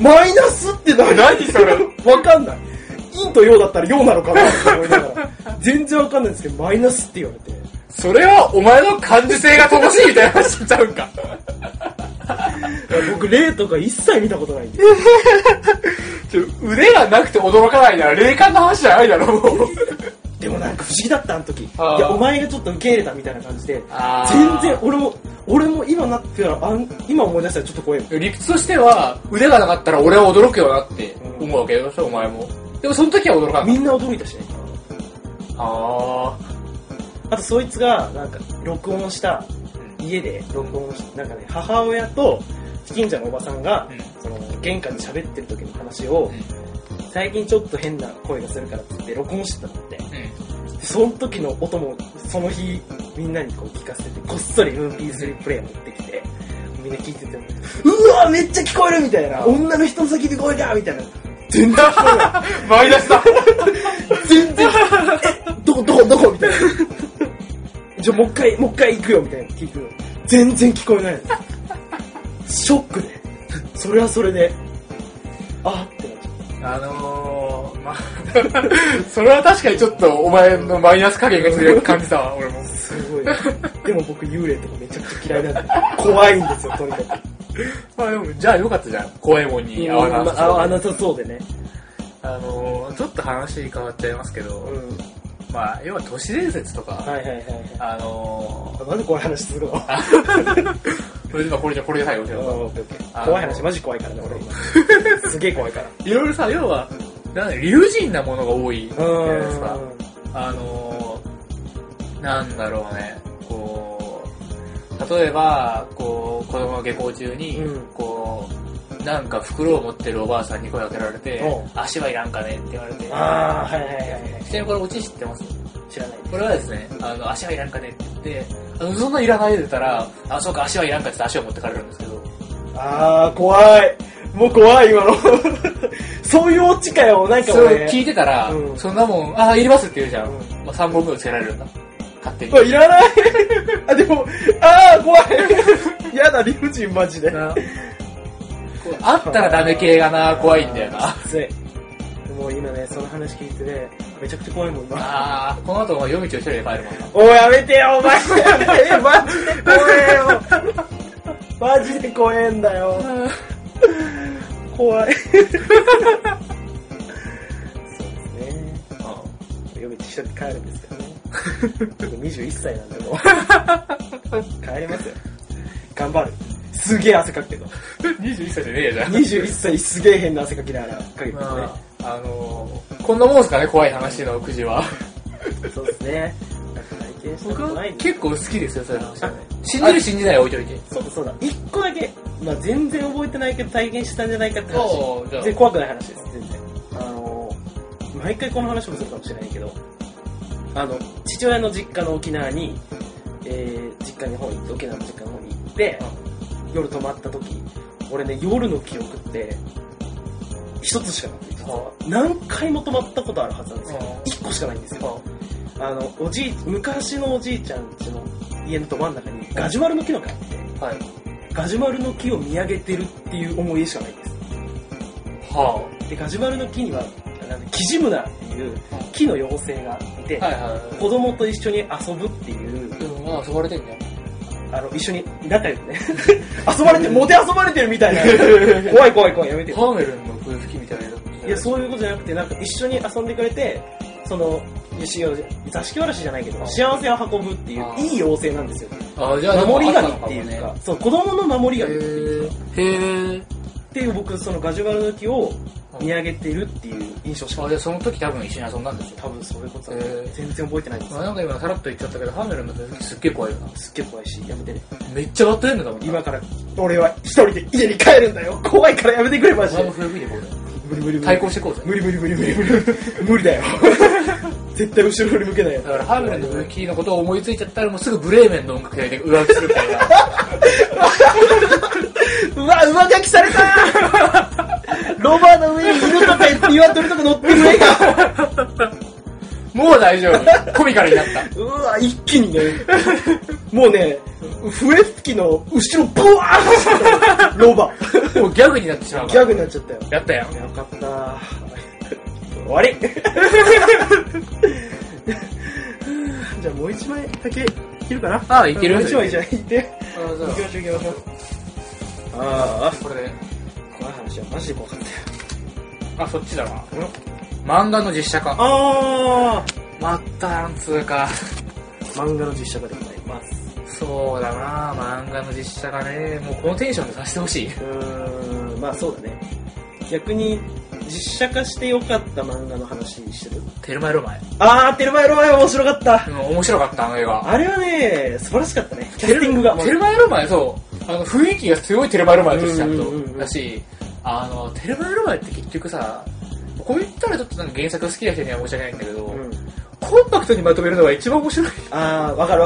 [SPEAKER 2] マイナスって何それわかんない。陰と陽だったら陽なのかなって思いながら、全然わかんないんですけど、マイナスって言われて。
[SPEAKER 1] それはお前の感受性が乏しいみたいな話しちゃうんか。
[SPEAKER 2] 僕、霊とか一切見たことないんで。
[SPEAKER 1] 腕がなくて驚かないなら霊感の話じゃないだろ、もう。
[SPEAKER 2] でもなんか不思議だった、あの時。いや、お前がちょっと受け入れたみたいな感じで、全然、俺も今なってから今思い出したらちょっと怖い。
[SPEAKER 1] 理屈としては、腕がなかったら俺は驚くよなって思うわけよ、お前も。でもその時は驚かない。
[SPEAKER 2] みんな驚いたしね。あとそいつが、なんか、録音した、家で録音して、なんかね、母親と近所のおばさんが、その玄関で喋ってる時の話を、最近ちょっと変な声がするからって言って録音してたんだって。その時の音もその日みんなにこう聞かせてて、こっそり MP3 プレイヤー持ってきてみんな聞いてて、うわめっちゃ聞こえるみたいな、女の人の叫び声がみたいな、全然聞こえない。
[SPEAKER 1] マイナスだ。
[SPEAKER 2] 全然どこみたいな。じゃあもう一回行くよみたいな聞く。全然聞こえない。ショックで、それはそれでってなっちゃった。
[SPEAKER 1] まあ、それは確かにちょっとお前のマイナス加減が強く感じたわ、俺も。
[SPEAKER 2] すごい。でも僕幽霊とかめちゃくちゃ嫌いなんで、怖いんですよ、とにかく。
[SPEAKER 1] まあでも、じゃあよかったじゃん。怖いもんに合わな
[SPEAKER 2] さそうでね。
[SPEAKER 1] ちょっと話変わっちゃいますけど、まあ、要は都市伝説とか、
[SPEAKER 2] なんで怖い話するの？
[SPEAKER 1] これで最後しよ
[SPEAKER 2] う。怖い話マジ怖いからね、俺今。すげえ怖いから。
[SPEAKER 1] いろいろさ、要は、理不尽なものが多いじゃないですか。なんだろうね、こう、例えば、こう、子供が下校中に、こう、なんか袋を持ってるおばあさんに声をかけられて、足はいらんかねって言われて、ちなみにこれオチ知ってます？
[SPEAKER 2] 知らない。
[SPEAKER 1] これはですね、足はいらんかねって言って、そんないらないで言ったら、そうか、足はいらんかって言って足を持ってかれるんですけど。
[SPEAKER 2] 怖い。もう怖い、今の。そういうオチかよ、なんか
[SPEAKER 1] 俺。それ聞いてたら、そんなもん、いりますって言うじゃん。3本目をつけられるんだ。勝手に。
[SPEAKER 2] いらない。でも、怖い。やだ、理不尽マジで。
[SPEAKER 1] あったらダメ系がな、怖いんだよな。
[SPEAKER 2] つい。もう今ね、その話聞いてね、めちゃくちゃ怖いもん今。
[SPEAKER 1] この後夜道を一人で帰るもんな。
[SPEAKER 2] おい、やめてよ、マジでやめて。マジで怖えよ。マジで怖えんだよ。怖い。そうですね。夜道一人で帰るんですけどね。僕21歳なんでもう。帰りますよ。頑張る。すげえ汗かくけど。
[SPEAKER 1] 21歳じゃねえじゃん。
[SPEAKER 2] 21歳すげえ変な汗かきながらかけてね。
[SPEAKER 1] こんなもんすかね、怖い話のくじは。
[SPEAKER 2] そうですね。
[SPEAKER 1] 僕は結構好きですよ、そういう話はね。信じる信じない置いといて。
[SPEAKER 2] そうだ。一個だけ、全然覚えてないけど体験したんじゃないかって話。全然怖くない話です、全然。毎回この話もするかもしれないけど、父親の実家の沖縄に、沖縄の実家の方に行って、夜泊まった時、 俺ね、夜の記憶って一つしかなくて、実は何回も泊まったことあるはずなんですよ。1個しかないんですよ。昔のおじいちゃん家の家のど真ん中にガジュマルの木の木があって、はい、ガジュマルの木を見上げてるっていう思い出しかないんです。はあ、でガジュマルの木にはキジムナっていう木の妖精がいて、はいはいはい、子供と一緒に遊ぶっていう、
[SPEAKER 1] 遊ばれてんじゃん。
[SPEAKER 2] 一緒に仲良くね遊ばれて、もて遊ばれてるみたいな怖いやめてよ。
[SPEAKER 1] ハーメルンの笛吹きみたいな。
[SPEAKER 2] いや、そういうことじゃなくて、なんか一緒に遊んでくれて、その座敷わらしじゃないけど幸せを運ぶっていういい妖精なんですよ。じゃあ守り神っていうか、そう、子供の守り神っていうか、っていう僕、そのガジュマルの木を見上げてるっていう印象しかない。
[SPEAKER 1] でその時多分一緒に遊んだんですよ。
[SPEAKER 2] 多分そういうことだ、全然覚えてないんですよ。
[SPEAKER 1] なんか今さらっと言っちゃったけど、ハーメルンの笛吹きすっげえ怖いよな。
[SPEAKER 2] すっげえ怖いし、やめてね。
[SPEAKER 1] めっちゃバッドエンドだもん。
[SPEAKER 2] 今から俺は一人で家に帰るんだよ。怖いからやめてくれマジで。
[SPEAKER 1] 笛吹いてこうだよ。
[SPEAKER 2] 無理
[SPEAKER 1] 対抗してこうぜ。
[SPEAKER 2] 無理無理だよ絶対後ろ振り向けないよ。
[SPEAKER 1] だからハーメルンの笛吹きのことを思いついちゃったらもうすぐブレーメンの音楽隊で上書きするみたいな
[SPEAKER 2] うわ、上書きされたロバの上に犬とか鶏とか乗ってる絵が
[SPEAKER 1] もう大丈夫。コミカルになった。
[SPEAKER 2] うわ、一気にねもうね、笛吹きの後ろブワーロバ
[SPEAKER 1] もうギャグになってしまう。
[SPEAKER 2] ギャグになっちゃったよ。
[SPEAKER 1] やったよ。
[SPEAKER 2] よかった終わりじゃあもう一枚だけいけるかな。
[SPEAKER 1] ああ、いける。
[SPEAKER 2] もう一枚じゃあいて行きましょう。ああ、これでこの話はマジで怖かったよ。
[SPEAKER 1] そっちだな。漫画の実写化。またなんつうか
[SPEAKER 2] 漫画の実写化でございます。
[SPEAKER 1] そうだな、漫画の実写化ね。もうこのテンションでさせてほしい。
[SPEAKER 2] まあそうだね。逆に実写化してよかった漫画の話してる？
[SPEAKER 1] テルマエロマエ。
[SPEAKER 2] テルマエロマエ面白かった。
[SPEAKER 1] 面白かった、あの映画。
[SPEAKER 2] あれはね、素晴らしかったね。キャスティングが。
[SPEAKER 1] テルマエロマエ、そう。雰囲気が強いテルマエロマエとしてちゃんと。だし、テルマエロマエって結局さ、こう言ったらちょっとなんか原作好きな人には申し訳ないんだけど、コンパクトにまとめるのが一番面白い。
[SPEAKER 2] わかる。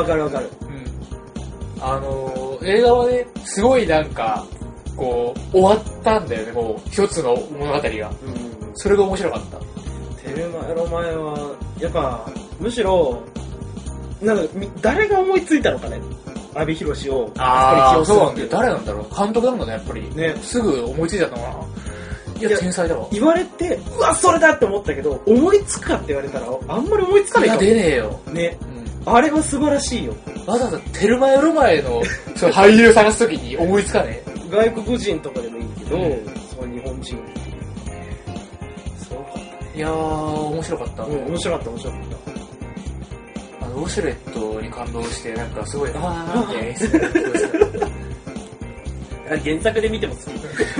[SPEAKER 1] 映画はね、すごいなんか、こう、終わったんだよね、もう、一つの物語が。それが面白かった。
[SPEAKER 2] テルマエロマエは、やっぱ、むしろ、なんか、誰が思いついたのかね。阿部寛を、
[SPEAKER 1] そうなんだよ。誰なんだろう。監督なんだね、やっぱり。ね。すぐ思いついちゃったのかな。いや、天才だわ。
[SPEAKER 2] 言われて、うわ、それだって思ったけど、思いつくかって言われたら、あんまり思いつかないかも。
[SPEAKER 1] 出ねえよ。
[SPEAKER 2] ね。あれは素晴らしいよ。
[SPEAKER 1] わざわざテルマエロマエのその俳優探すときに思いつかねえ。
[SPEAKER 2] 外国人とかでもいいけど、その日本人。そうか。
[SPEAKER 1] いやー、面白かった。
[SPEAKER 2] 面白かった。
[SPEAKER 1] ウォシュレットに感動して、なんかすごい、
[SPEAKER 2] 原作で見ても好き。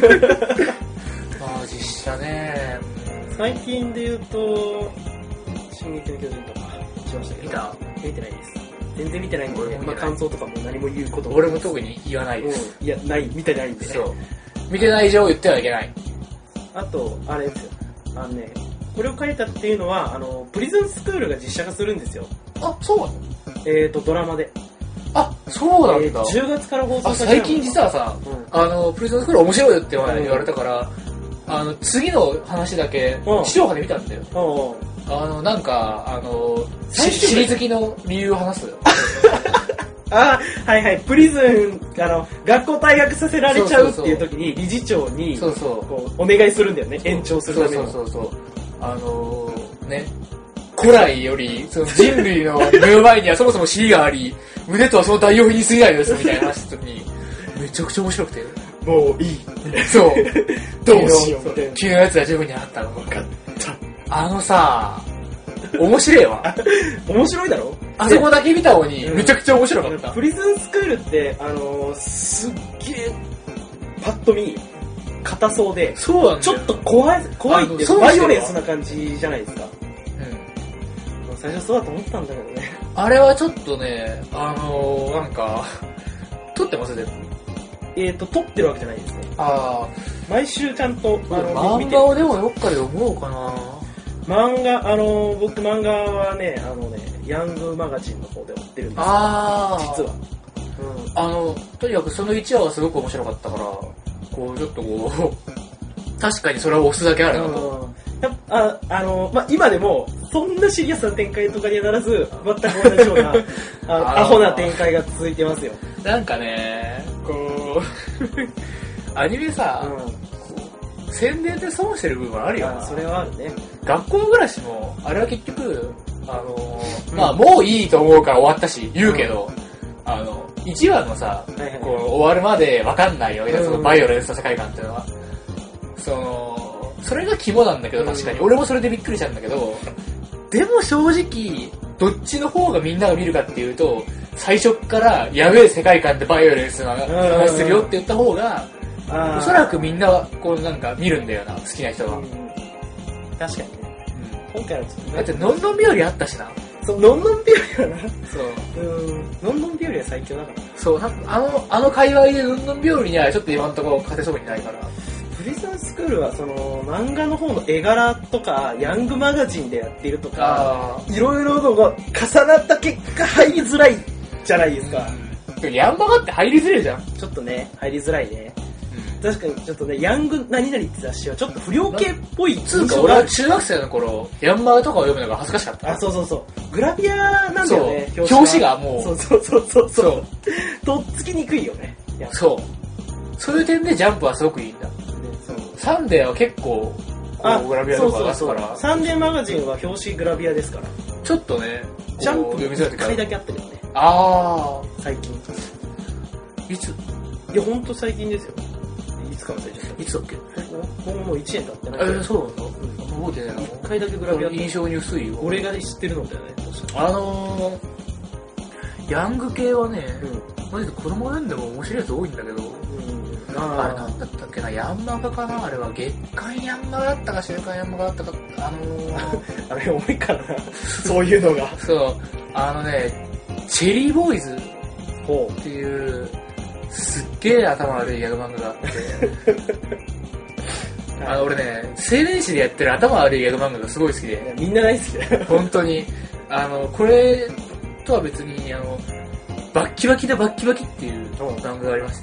[SPEAKER 1] 実写ね。
[SPEAKER 2] 最近で言うと、進撃の巨人とかしましたけど。見てないです。全然見てないんで、感想とかも何も言うことも。
[SPEAKER 1] 俺も特に言わないです。
[SPEAKER 2] いや、見てないんでね。そう。
[SPEAKER 1] 見てない以上言ってはいけない。
[SPEAKER 2] あと、あれですよ。これを書いたっていうのは、プリズンスクールが実写化するんですよ。
[SPEAKER 1] そうな
[SPEAKER 2] の？ドラマで。
[SPEAKER 1] そうなんだ。
[SPEAKER 2] 10月から放送さ
[SPEAKER 1] れた。最近実はさ、プリズンスクール面白いよって言われたから、次の話だけ、地上波で見たんだよ。なんか、シリ好きの理由を話す。
[SPEAKER 2] はい。プリズン、学校退学させられちゃうっていう時に、理事長に、お願いするんだよね、延長するために。
[SPEAKER 1] ね。古来より、その人類の目の前にはそもそも尻があり、胸とはその代用品に過ぎないです、みたいな話した時に、めちゃくちゃ面白くて。
[SPEAKER 2] もういい。
[SPEAKER 1] そう。
[SPEAKER 2] どうしようみたいな。
[SPEAKER 1] 君のやつは十分にあったの。分かった。さ、面白いわ。
[SPEAKER 2] 面白いだろ？
[SPEAKER 1] あそこだけ見たのに、めちゃくちゃ面白かった。
[SPEAKER 2] プリズンスクールって、すっげえ、パッと見、硬そうで、
[SPEAKER 1] そうなんだよ。
[SPEAKER 2] ちょっと怖いっていうか、バイオレンスな感じじゃないですか。最初そうだと思ったんだけどね。
[SPEAKER 1] あれはちょっとね、なんか、撮ってますね。
[SPEAKER 2] 撮ってるわけじゃないですね。毎週ちゃんと、
[SPEAKER 1] 漫画をでもどっかで読もうかな。
[SPEAKER 2] 漫画、僕漫画はね、ヤングマガジンの方で追ってるんですよ。実は。
[SPEAKER 1] とにかくその1話はすごく面白かったから、 こうちょっとこう確かにそれを押すだけあるなと。
[SPEAKER 2] 今でもそんなシリアスな展開とかにはならず全く同じようなアホな展開が続いてますよ。
[SPEAKER 1] なんかねこうアニメさ、宣伝で損してる部分あるよな。
[SPEAKER 2] それはあるね。
[SPEAKER 1] 学校の暮らしもあれは結局まあもういいと思うから終わったし言うけど、1話のさ、こう終わるまで分かんないよ、そのバイオレンスの世界観っていうのはそれが肝なんだけど、確かに俺もそれでびっくりしたんだけど、でも正直どっちの方がみんなが見るかっていうと、最初からやべえ世界観でバイオレンスの話するよって言った方がおそらくみんなこうなんか見るんだよな、好きな人は。
[SPEAKER 2] 確かにね。今回はちょっと
[SPEAKER 1] だってのんのん日和あったしな。
[SPEAKER 2] そう、のんのん日和はな。
[SPEAKER 1] そう。
[SPEAKER 2] のんのん日和は最強だから。
[SPEAKER 1] そう、あの界隈でのんのん日和にはちょっと今のところ勝てそうにないから。
[SPEAKER 2] プリズンスクールはその漫画の方の絵柄とかヤングマガジンでやっているとか、いろいろのが重なった結果入りづらいじゃないですか。
[SPEAKER 1] ヤンマガって入りづらいじゃん。
[SPEAKER 2] ちょっとね、入りづらいね。確かにちょっとね、ヤング何々って雑誌はちょっと不良系っぽい。
[SPEAKER 1] つうか俺は中学生の頃、ヤンマガとかを読むのが恥ずかしかった。
[SPEAKER 2] そう。グラビアなんだよね、
[SPEAKER 1] 表紙がもう。
[SPEAKER 2] そう。とっつきにくいよね。
[SPEAKER 1] そう。そういう点でジャンプはすごくいいんだ。サンデーは結構グラビアとか出すから。
[SPEAKER 2] サンデーマガジンは表紙グラビアですから。
[SPEAKER 1] ちょっとね、
[SPEAKER 2] ジャンプ1回だけあったけどね。最近。
[SPEAKER 1] いつ？
[SPEAKER 2] いや、ほんと最近ですよ。いつか忘れちゃった。
[SPEAKER 1] いつだっけ？
[SPEAKER 2] もう1年経ってない。
[SPEAKER 1] そうなんだ。覚えてないな。
[SPEAKER 2] 1回だけグラビア。
[SPEAKER 1] 印象に薄いよ。
[SPEAKER 2] 俺が知ってるのだよね。
[SPEAKER 1] ヤング系はね、マジで子供読んでも面白いやつ多いんだけど、あれなんだったっけな、ヤンマガかな、あれは月刊ヤンマガだったか週刊ヤンマガだったか、
[SPEAKER 2] あれ重いからな、そういうのが。
[SPEAKER 1] そう、チェリーボーイズっていうすっげえ頭悪いギャグ漫画があって俺ね、青年誌でやってる頭悪いギャグ漫画がすごい好きで、
[SPEAKER 2] みんな大好きだよ
[SPEAKER 1] 本当にこれとは別にバッキバキでバッキバキっていう漫画がありまして、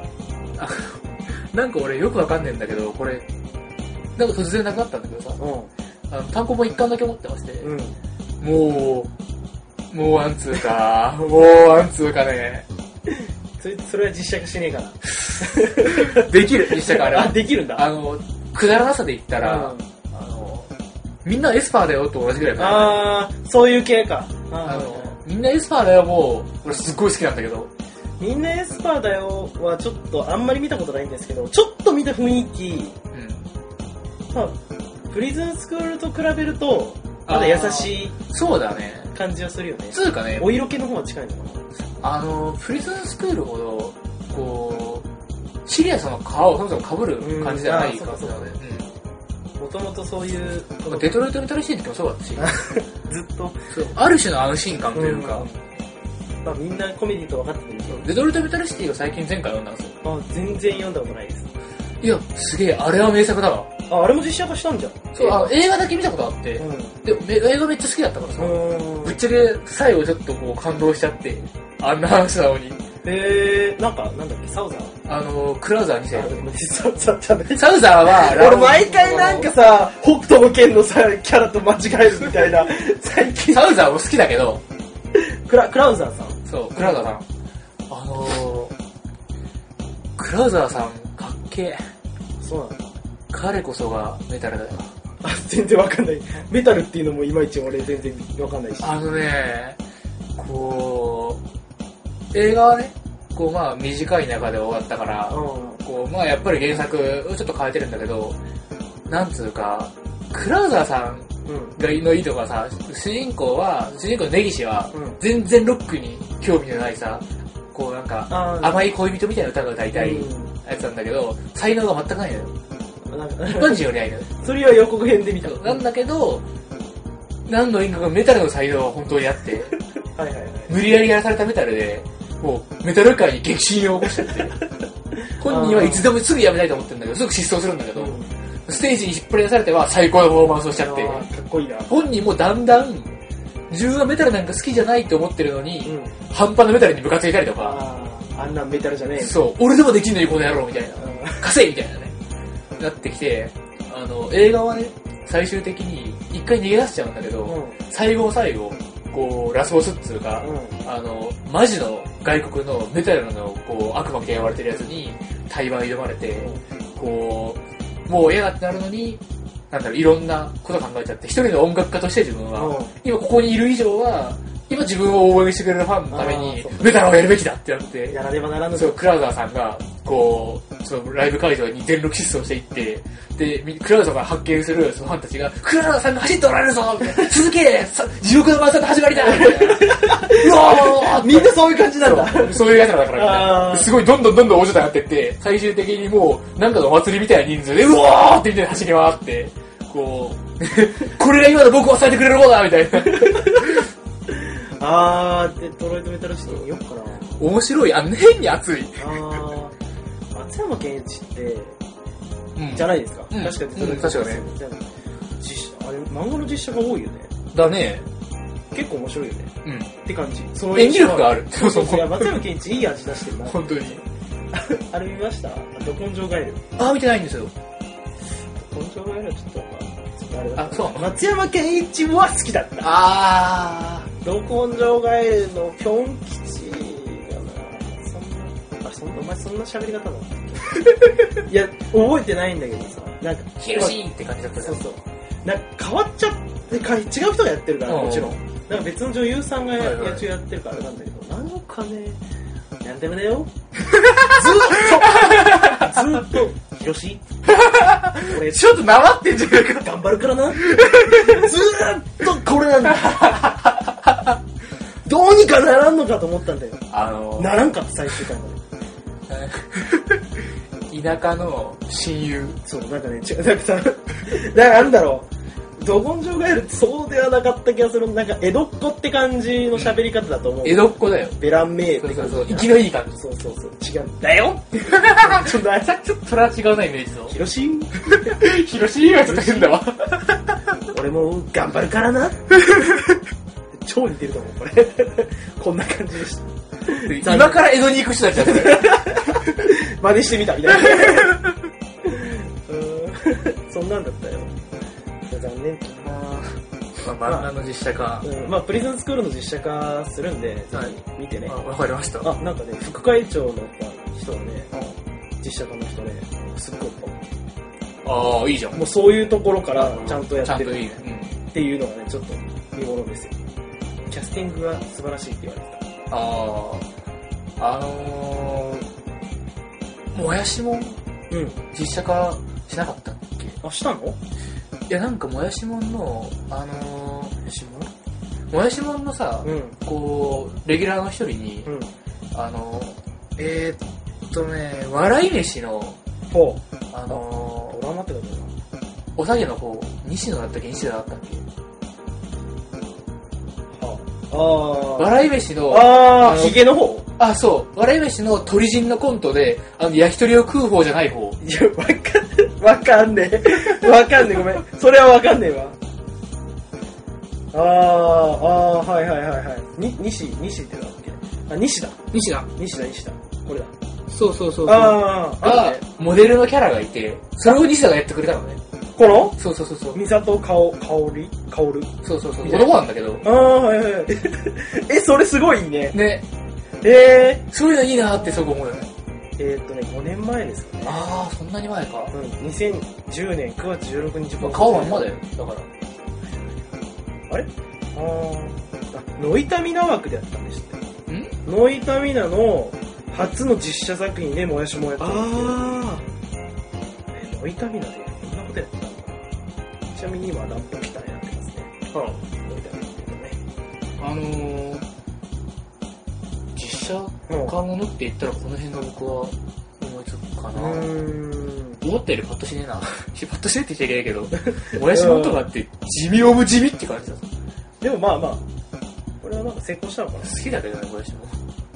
[SPEAKER 1] なんか俺よくわかんねえんだけど、これなんか突然なくなったんだけどさ、単行本1巻だけ持ってまして、もうなんつうかね
[SPEAKER 2] それは実写化しねえかな。
[SPEAKER 1] できる、実写化あれは。
[SPEAKER 2] できるんだ。
[SPEAKER 1] くだらなさで言ったら、みんなエスパーだよと同じぐらい。
[SPEAKER 2] そういう系か。
[SPEAKER 1] みんなエスパーだよもう俺すっごい好きなんだけど、
[SPEAKER 2] みんなエスパーだよはちょっとあんまり見たことないんですけど、ちょっと見た雰囲気、プリズンスクールと比べるとまだ優しい感じはするよね。
[SPEAKER 1] つうかね、
[SPEAKER 2] お色気の方が近いのか
[SPEAKER 1] な。プリズンスクールほどこうシリアスの皮をそもそも被る感じじゃないからね。
[SPEAKER 2] もともとそういう
[SPEAKER 1] デトロイト・メタル・シティの時もそうだったし
[SPEAKER 2] ずっと
[SPEAKER 1] ある種の安心感というか、
[SPEAKER 2] みんなコメディと分かってるけど、
[SPEAKER 1] デトロイト・メタル・シティが最近前回読んだんですよ。
[SPEAKER 2] 全然読んだことないです。
[SPEAKER 1] いやすげえ、あれは名作だわ。
[SPEAKER 2] あれも実写化したんじゃん。
[SPEAKER 1] そう、映画だけ見たことあって、で映画めっちゃ好きだったからさ、ぶっちゃけ最後ちょっとこう感動しちゃって、あんな話なのに。
[SPEAKER 2] なんだっけ、サウザー
[SPEAKER 1] クラウザー2世。
[SPEAKER 2] サウザーは俺毎回なんかさ、北斗の拳のさキャラと間違えるみたいな。最近
[SPEAKER 1] サウザーも好きだけど、
[SPEAKER 2] クラウザーさん。
[SPEAKER 1] そう、クラウザーさん。クラウザーさんかっけえ。
[SPEAKER 2] そうなんだ。
[SPEAKER 1] 彼こそがメタルだよ。
[SPEAKER 2] 全然わかんない。メタルっていうのもいまいち俺全然わかんないし。
[SPEAKER 1] こう映画はね、こう短い中で終わったから、こうやっぱり原作をちょっと変えてるんだけど、なんつうかクラウザーさんがのいいとこはさ、主人公の根岸は全然ロックに興味のないさ、こうなんか甘い恋人みたいな歌が歌いたいやつなんだけど、才能が全くないのよ。一般人よりないのよ。
[SPEAKER 2] それは予告編で見た。
[SPEAKER 1] なんだけど、何の因果かメタルの才能は本当にあって無理やりやらされたメタルでもうメタル界に激震を起こしちゃって本人はいつでもすぐやめたいと思ってるんだけど、すぐ失踪するんだけど、ステージに引っ張り出されては最高のパフォーマンスをしちゃって、か
[SPEAKER 2] っこいいな。
[SPEAKER 1] 本人もだんだん自分はメタルなんか好きじゃないって思ってるのに、半端なメタルにムカついたりとか、
[SPEAKER 2] あんなメタルじゃねえ。
[SPEAKER 1] そう、俺でもできんのにこの野郎みたいな。 貸せみたいなね、なってきて、映画はね、最終的に一回逃げ出しちゃうんだけど、最後の最後、こう、ラスボスっつうか、マジの外国のメタルのこう悪魔みたいに言われてるやつに対バン挑まれて、こう、もう嫌だってなるのに、なんだろう、いろんなこと考えちゃって、一人の音楽家として自分は、今ここにいる以上は、今自分を応援してくれるファンのために、メタルをやるべきだってなって、
[SPEAKER 2] やらねばならぬ。
[SPEAKER 1] そう、クラウザーさんが、こう、そのライブ会場に全力疾走していって、で、クラウザーが発見するそのファンたちが、クラウザーさんが走っておられるぞみたいな、続け地獄の晩餐の始まりだみたいな。うわーみんなそういう感じなんだ。そういうやつらだからみたいな。すごいどんどん大所帯になってって、最終的にもう、なんかのお祭りみたいな人数で、うわーってみんなで走り回って、こう、これが今の僕を支えてくれる方だみたいな。
[SPEAKER 2] デトロイトメタルシティ見よっかな。
[SPEAKER 1] 面白い。変に熱い。
[SPEAKER 2] 松山ケンイチって、じゃないですか。確かデトロイトメタルシティ。あれ、漫画の実写が多いよね。
[SPEAKER 1] だね。
[SPEAKER 2] 結構面白いよね。って感じ。
[SPEAKER 1] その演技力がある。
[SPEAKER 2] そうそうそう。松山ケンイチいい味出してるな。
[SPEAKER 1] 本当に。
[SPEAKER 2] あれ見ました？ど根性ガエル。
[SPEAKER 1] 見てないんですよ。
[SPEAKER 2] ど根性ガエルはちょっと、
[SPEAKER 1] そう。
[SPEAKER 2] 松山ケンイチは好きだった。ど根性ガエルのピョン吉がな、お前そんな喋り方だったいや、覚えてないんだけどさ、なんか、
[SPEAKER 1] ヒロシーって感じだったじゃん。
[SPEAKER 2] そう。なんか変わっちゃって、違う人がやってるから、もちろん。なんか別の女優さんが野球やってるからあれなんだけど、なんかね、なんでもだよ。ずーっと、ヒロシ
[SPEAKER 1] 俺、ちょっとなまってんじゃないか。
[SPEAKER 2] 頑張るからな。ずーっとこれなんだ。どうにかならんのかと思ったんだよ。ならんかった、最終回まで。
[SPEAKER 1] 田舎の親友。
[SPEAKER 2] そう、なんかね、なんだろう。ど根性ガエルってそうではなかった気がする。なんか江戸っ子って感じの喋り方だと思う。
[SPEAKER 1] 江戸っ子だよ。
[SPEAKER 2] ベランメーって感じ。
[SPEAKER 1] そう、生きのいい感じ。
[SPEAKER 2] そう。違うんだよ
[SPEAKER 1] ちょっとそれは違うな、イメージと。
[SPEAKER 2] ヒロシー
[SPEAKER 1] ヒロシーはちょっと変だわ。
[SPEAKER 2] 俺も頑張るからな。超似てると思う、これ。こんな感じでした。
[SPEAKER 1] 今から江戸に行く人たちだった。
[SPEAKER 2] 真似してみたみたいな。そんなんだったよ。残念
[SPEAKER 1] 漫画の実写化。
[SPEAKER 2] プリズンスクールの実写化するんで、ぜひ見てね。
[SPEAKER 1] わかりました。
[SPEAKER 2] なんかね、副会長の人はね、実写化の人ね、すっごい。
[SPEAKER 1] いいじゃん。
[SPEAKER 2] もうそういうところからちゃんとやってる
[SPEAKER 1] いい
[SPEAKER 2] っていうのがね、ちょっと見ものですよ。キャスティングが素晴らしいって言われて
[SPEAKER 1] た。もやしも実写化しなかったっけ？
[SPEAKER 2] したの？
[SPEAKER 1] いや、なんかもやしもんのもやしもんのさ、こうレギュラーの一人に、笑い飯の
[SPEAKER 2] ドラマってことだな。
[SPEAKER 1] おさげの方、西野だったっけ？西田だったっけ？笑い飯の
[SPEAKER 2] ヒゲの方？
[SPEAKER 1] そう。笑い飯の鳥人のコントで、焼き鳥を食う方じゃない方。
[SPEAKER 2] いや、わかんねえ、ごめん。それはわかんねえわ。はい。西ってなんだっけ？西田。これだ。
[SPEAKER 1] そう。モデルのキャラがいて、それを西田がやってくれたのね。
[SPEAKER 2] この？
[SPEAKER 1] そう。
[SPEAKER 2] 美里香る。
[SPEAKER 1] そう。男なんだけど。
[SPEAKER 2] はい。それすごいいいね。
[SPEAKER 1] ね。そういうのいいなってすごく思うよね。
[SPEAKER 2] 5年前ですかね。
[SPEAKER 1] そんなに前か。
[SPEAKER 2] 2010年9月16日。
[SPEAKER 1] 顔まんまだよ、だから。
[SPEAKER 2] あれ？ノイタミナ枠でやったんでしたっけ？ノイタミナの初の実写作品でもやしもやったんですよ。ノイタミナでこんなことやったんだ。ちなみに今ランプ機体やってますね。ノイタミナっていうのね。
[SPEAKER 1] 実写化ものって言ったらこの辺が僕は思いつくかな。思ったよりパッとしねえな。パッとしねえって言っちゃいけないけど、もやしもんとかって地味オブ地味って感じだぞ。
[SPEAKER 2] でもまあこれはなんか成功したのかな。
[SPEAKER 1] 好きだけどね、もやしもん。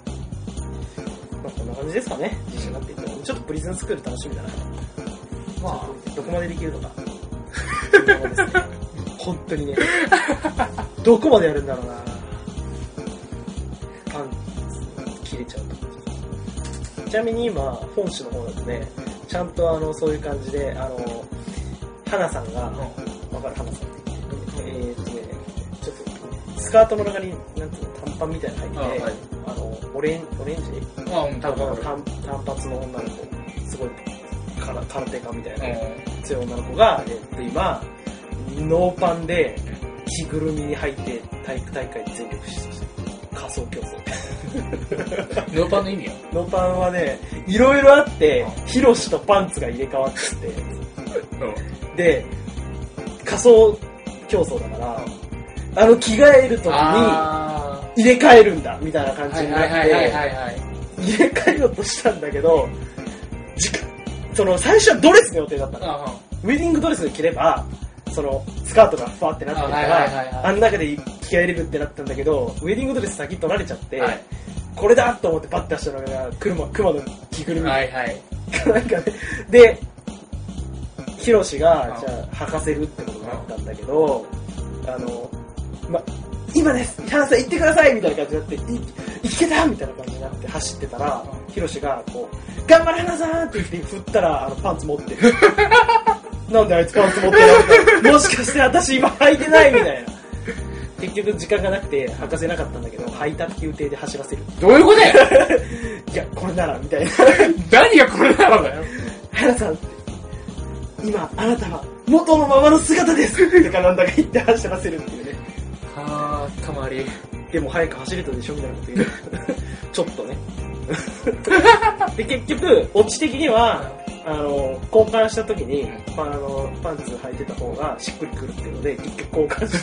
[SPEAKER 2] こんな感じですかね、実写化って言ったら。ちょっとプリズンスクール楽しみだな。どこまでできるのか。本当にね。どこまでやるんだろうな。パンツ切れちゃうと。ちなみに今本誌の方だとね、 ちゃんとそういう感じで花さんが、わかる花さんって言って、ちょっとスカートの中になんていうの短パンみたいなの入って、オレンジ短髪の女の子、すごい空手家みたいな強い女の子が、今ノーパンで着ぐるみに入って体育大会に全力疾走して仮想競争
[SPEAKER 1] ノーパンの意味は？
[SPEAKER 2] ノーパンはね、いろいろあって、ヒロシとパンツが入れ替わってて、で、仮想競争だから、着替えるときに入れ替えるんだみたいな感じになって、入れ替えようとしたんだけど、最初はドレスの予定だったの。ウェディングドレスで着れば、スカートがファーってなってるから、あん中で着替えれるってなったんだけど、ウェディングドレス先取られちゃって、これだと思ってパッて出したのが、クマの着ぐるみ。なんかね、で、ヒロシが、じゃあ、履かせるってことになったんだけど、今です、花さん行ってくださいみたいな感じになって、行けたみたいな感じになって走ってたら、ヒロシが、頑張れ花さんって言って振ったら、パンツ持ってる。なんであいつパンツ持ってるみたいな。もしかして私今履いてないみたいな。結局時間がなくて履かせなかったんだけど、履いたっていう体で走らせる。
[SPEAKER 1] どういうことや
[SPEAKER 2] いや、これなら、みたいな。
[SPEAKER 1] 何がこれならだよ。
[SPEAKER 2] 花さんって、今、あなたは元のままの姿ですってかなんだか言って走らせるっていうね。
[SPEAKER 1] はぁ、たまり。
[SPEAKER 2] でも早く走れたでしょみたいなこと言う。ちょっとね。で、結局、オチ的には、交換した時に、パンツ履いてた方がしっくりくるっていうので、結局交換して、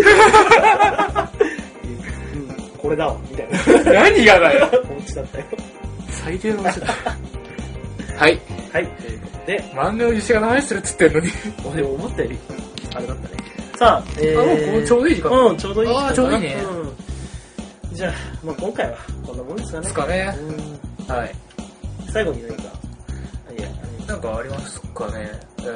[SPEAKER 2] これだわ、みたいな。
[SPEAKER 1] 何がだよ。
[SPEAKER 2] オチだったよ。
[SPEAKER 1] 最低のオチだ。はい。
[SPEAKER 2] はい、ということで。
[SPEAKER 1] 漫画の実写が何するっつってんのに。
[SPEAKER 2] 俺思ったより、あれだったね。さあ、
[SPEAKER 1] もうちょうどいい時間。
[SPEAKER 2] ちょうどいい時間。
[SPEAKER 1] ちょうどいいね。
[SPEAKER 2] じゃあ、今回はこんなもんですかね。
[SPEAKER 1] ですかね。はい。
[SPEAKER 2] 最後に何か。
[SPEAKER 1] なんかありますかね。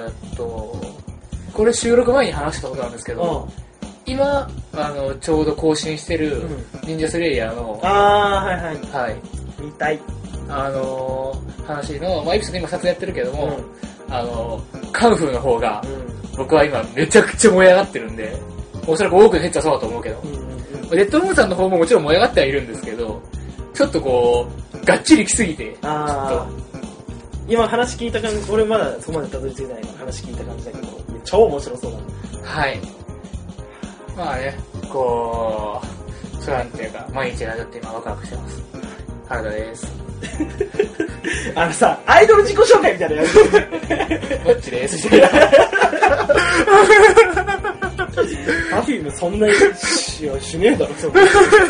[SPEAKER 1] これ収録前に話したことなんですけど、今、ちょうど更新してる、忍者スレイヤーの、
[SPEAKER 2] はい。見たい。
[SPEAKER 1] 話の、エピソード今撮影やってるけども、カンフーの方が、僕は今めちゃくちゃ燃え上がってるんで、おそらく多くのヘッチはそうだと思うけど、レッドムーンさんの方ももちろん燃え上がってはいるんですけど、ちょっとがっちり来すぎて、ちょっと、
[SPEAKER 2] 今話聞いた感じ、俺まだそこまでたどり着いてないの話聞いた感じだけど、超面白そうだね。はい。
[SPEAKER 1] まあね、そうなんていうか、毎日ラジオって今ワクワクしてます。原田です。
[SPEAKER 2] さ、アイドル自己紹介みたいなやつ。
[SPEAKER 1] どっちです。パ
[SPEAKER 2] フィームそんなにしねえだろ、そ個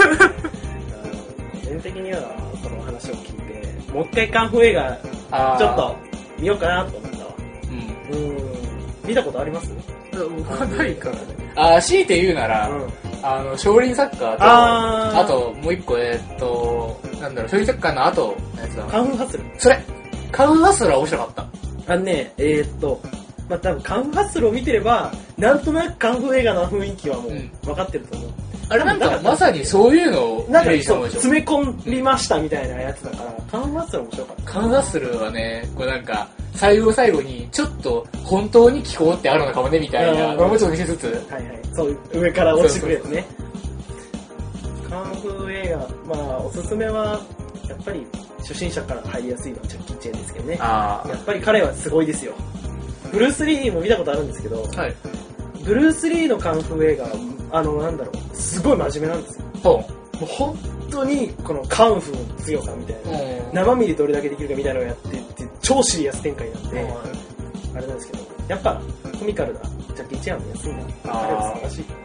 [SPEAKER 2] 人的にはその話を聞いて、もう一回カンフー映画、ちょっと見ようかなと思ったわ。見たことあります？
[SPEAKER 1] 僕はないからね。強いて言うなら、少林サッカーと、あともう一個、少林サッカーの後のやつだ。
[SPEAKER 2] カンフーハッスル。
[SPEAKER 1] それカンフーハッスルは面白かった。
[SPEAKER 2] 多分カンフーハッスルを見てれば、なんとなくカンフー映画の雰囲気はもう分かってると思う。
[SPEAKER 1] あれなんかまさにそういうのを
[SPEAKER 2] なんか詰め込みましたみたいなやつだから、カンフーハッスル面白かった。
[SPEAKER 1] カンフーハッスルはね、なんか、最後にちょっと本当に気候ってあるのかもねみたいな、もうちょっと見せつつ。
[SPEAKER 2] はいはい。そう上から落ちてくるやつね。カンフー映画、おすすめは、やっぱり初心者から入りやすいのはジャッキー・チェンですけどね。やっぱり彼はすごいですよ。ブルース・リーも見たことあるんですけど、ブルース・リーのカンフー映画は、すごい真面目なんですよ。もう本当にこのカンフーの強さみたいな、生身でどれだけできるかみたいなのをやっていって超シリアス展開なんで、あれなんですけど、やっぱコミカルなジャッキー・チェンも安いな。彼は素晴らしい。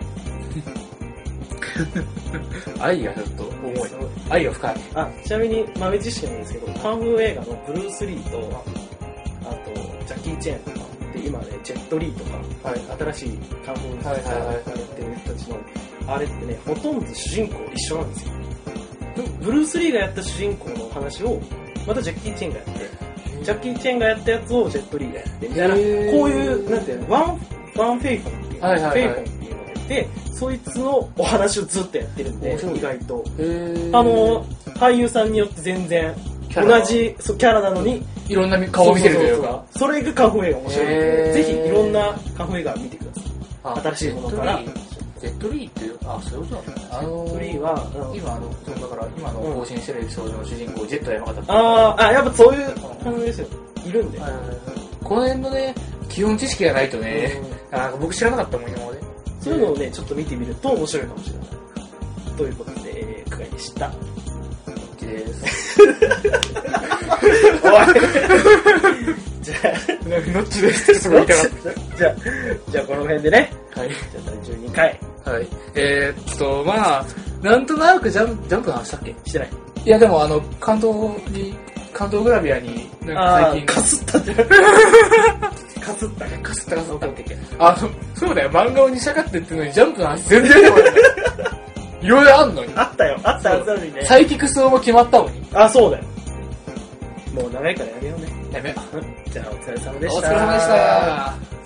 [SPEAKER 1] 愛がちょっと重い。愛が深い。
[SPEAKER 2] ちなみに豆知識なんですけど、カンフー映画のブルース・リーと、あとジャッキー・チェンとかで今ね、ジェット・リーとか、新しいカンフーやってる人たちのあれってね、ほとんど主人公一緒なんですよ。ブルース・リーがやった主人公の話をまたジャッキー・チェンがやって、ジャッキー・チェンがやったやつをジェット・リーがやってみたいな、こういうなんていうの、ワンフェイフォンっていう、フェイフォンっていうのがいて、そいつのお話をずっとやってるんで、意外と俳優さんによって全然キ同じキャラなのに
[SPEAKER 1] いろんな顔を見せるというか、
[SPEAKER 2] それがカンフー映画面白いので、ぜひいろんなカンフー映画見てください。新しいものから。
[SPEAKER 1] ジェットリーっていう、そういうことなんだね。
[SPEAKER 2] ジェットリーは、
[SPEAKER 1] 今の更新してるエピソードの主人公、ジェット山形って。
[SPEAKER 2] やっぱそういう感じですよ。いるんで。
[SPEAKER 1] この辺のね、基本知識がないとね、僕知らなかったもん、今まで。
[SPEAKER 2] そういうのをね、ちょっと見てみると面白いかもしれない。ということで、区外でした。
[SPEAKER 1] です。
[SPEAKER 2] おいじゃあ、
[SPEAKER 1] ノッチですってすごい言いたかった。
[SPEAKER 2] じゃあこの辺でね。
[SPEAKER 1] はい。
[SPEAKER 2] じゃあ第12回。
[SPEAKER 1] はい。まあ、なんとなくジャンプの話したっけ？
[SPEAKER 2] してない。
[SPEAKER 1] いやでも関東グラビアに、なんか最近。
[SPEAKER 2] かすったじゃん。かすった。
[SPEAKER 1] そうだよ、漫画をにしゃかってってのにジャンプの話全然出てこない。いろいろあんのに。
[SPEAKER 2] あったよ。あったはずなのにね。
[SPEAKER 1] サイキクスも決まったのに。
[SPEAKER 2] そうだよ。もう長いからやめようね。
[SPEAKER 1] やめよ
[SPEAKER 2] う。じゃあお疲れ様でした。
[SPEAKER 1] お疲れ様でした。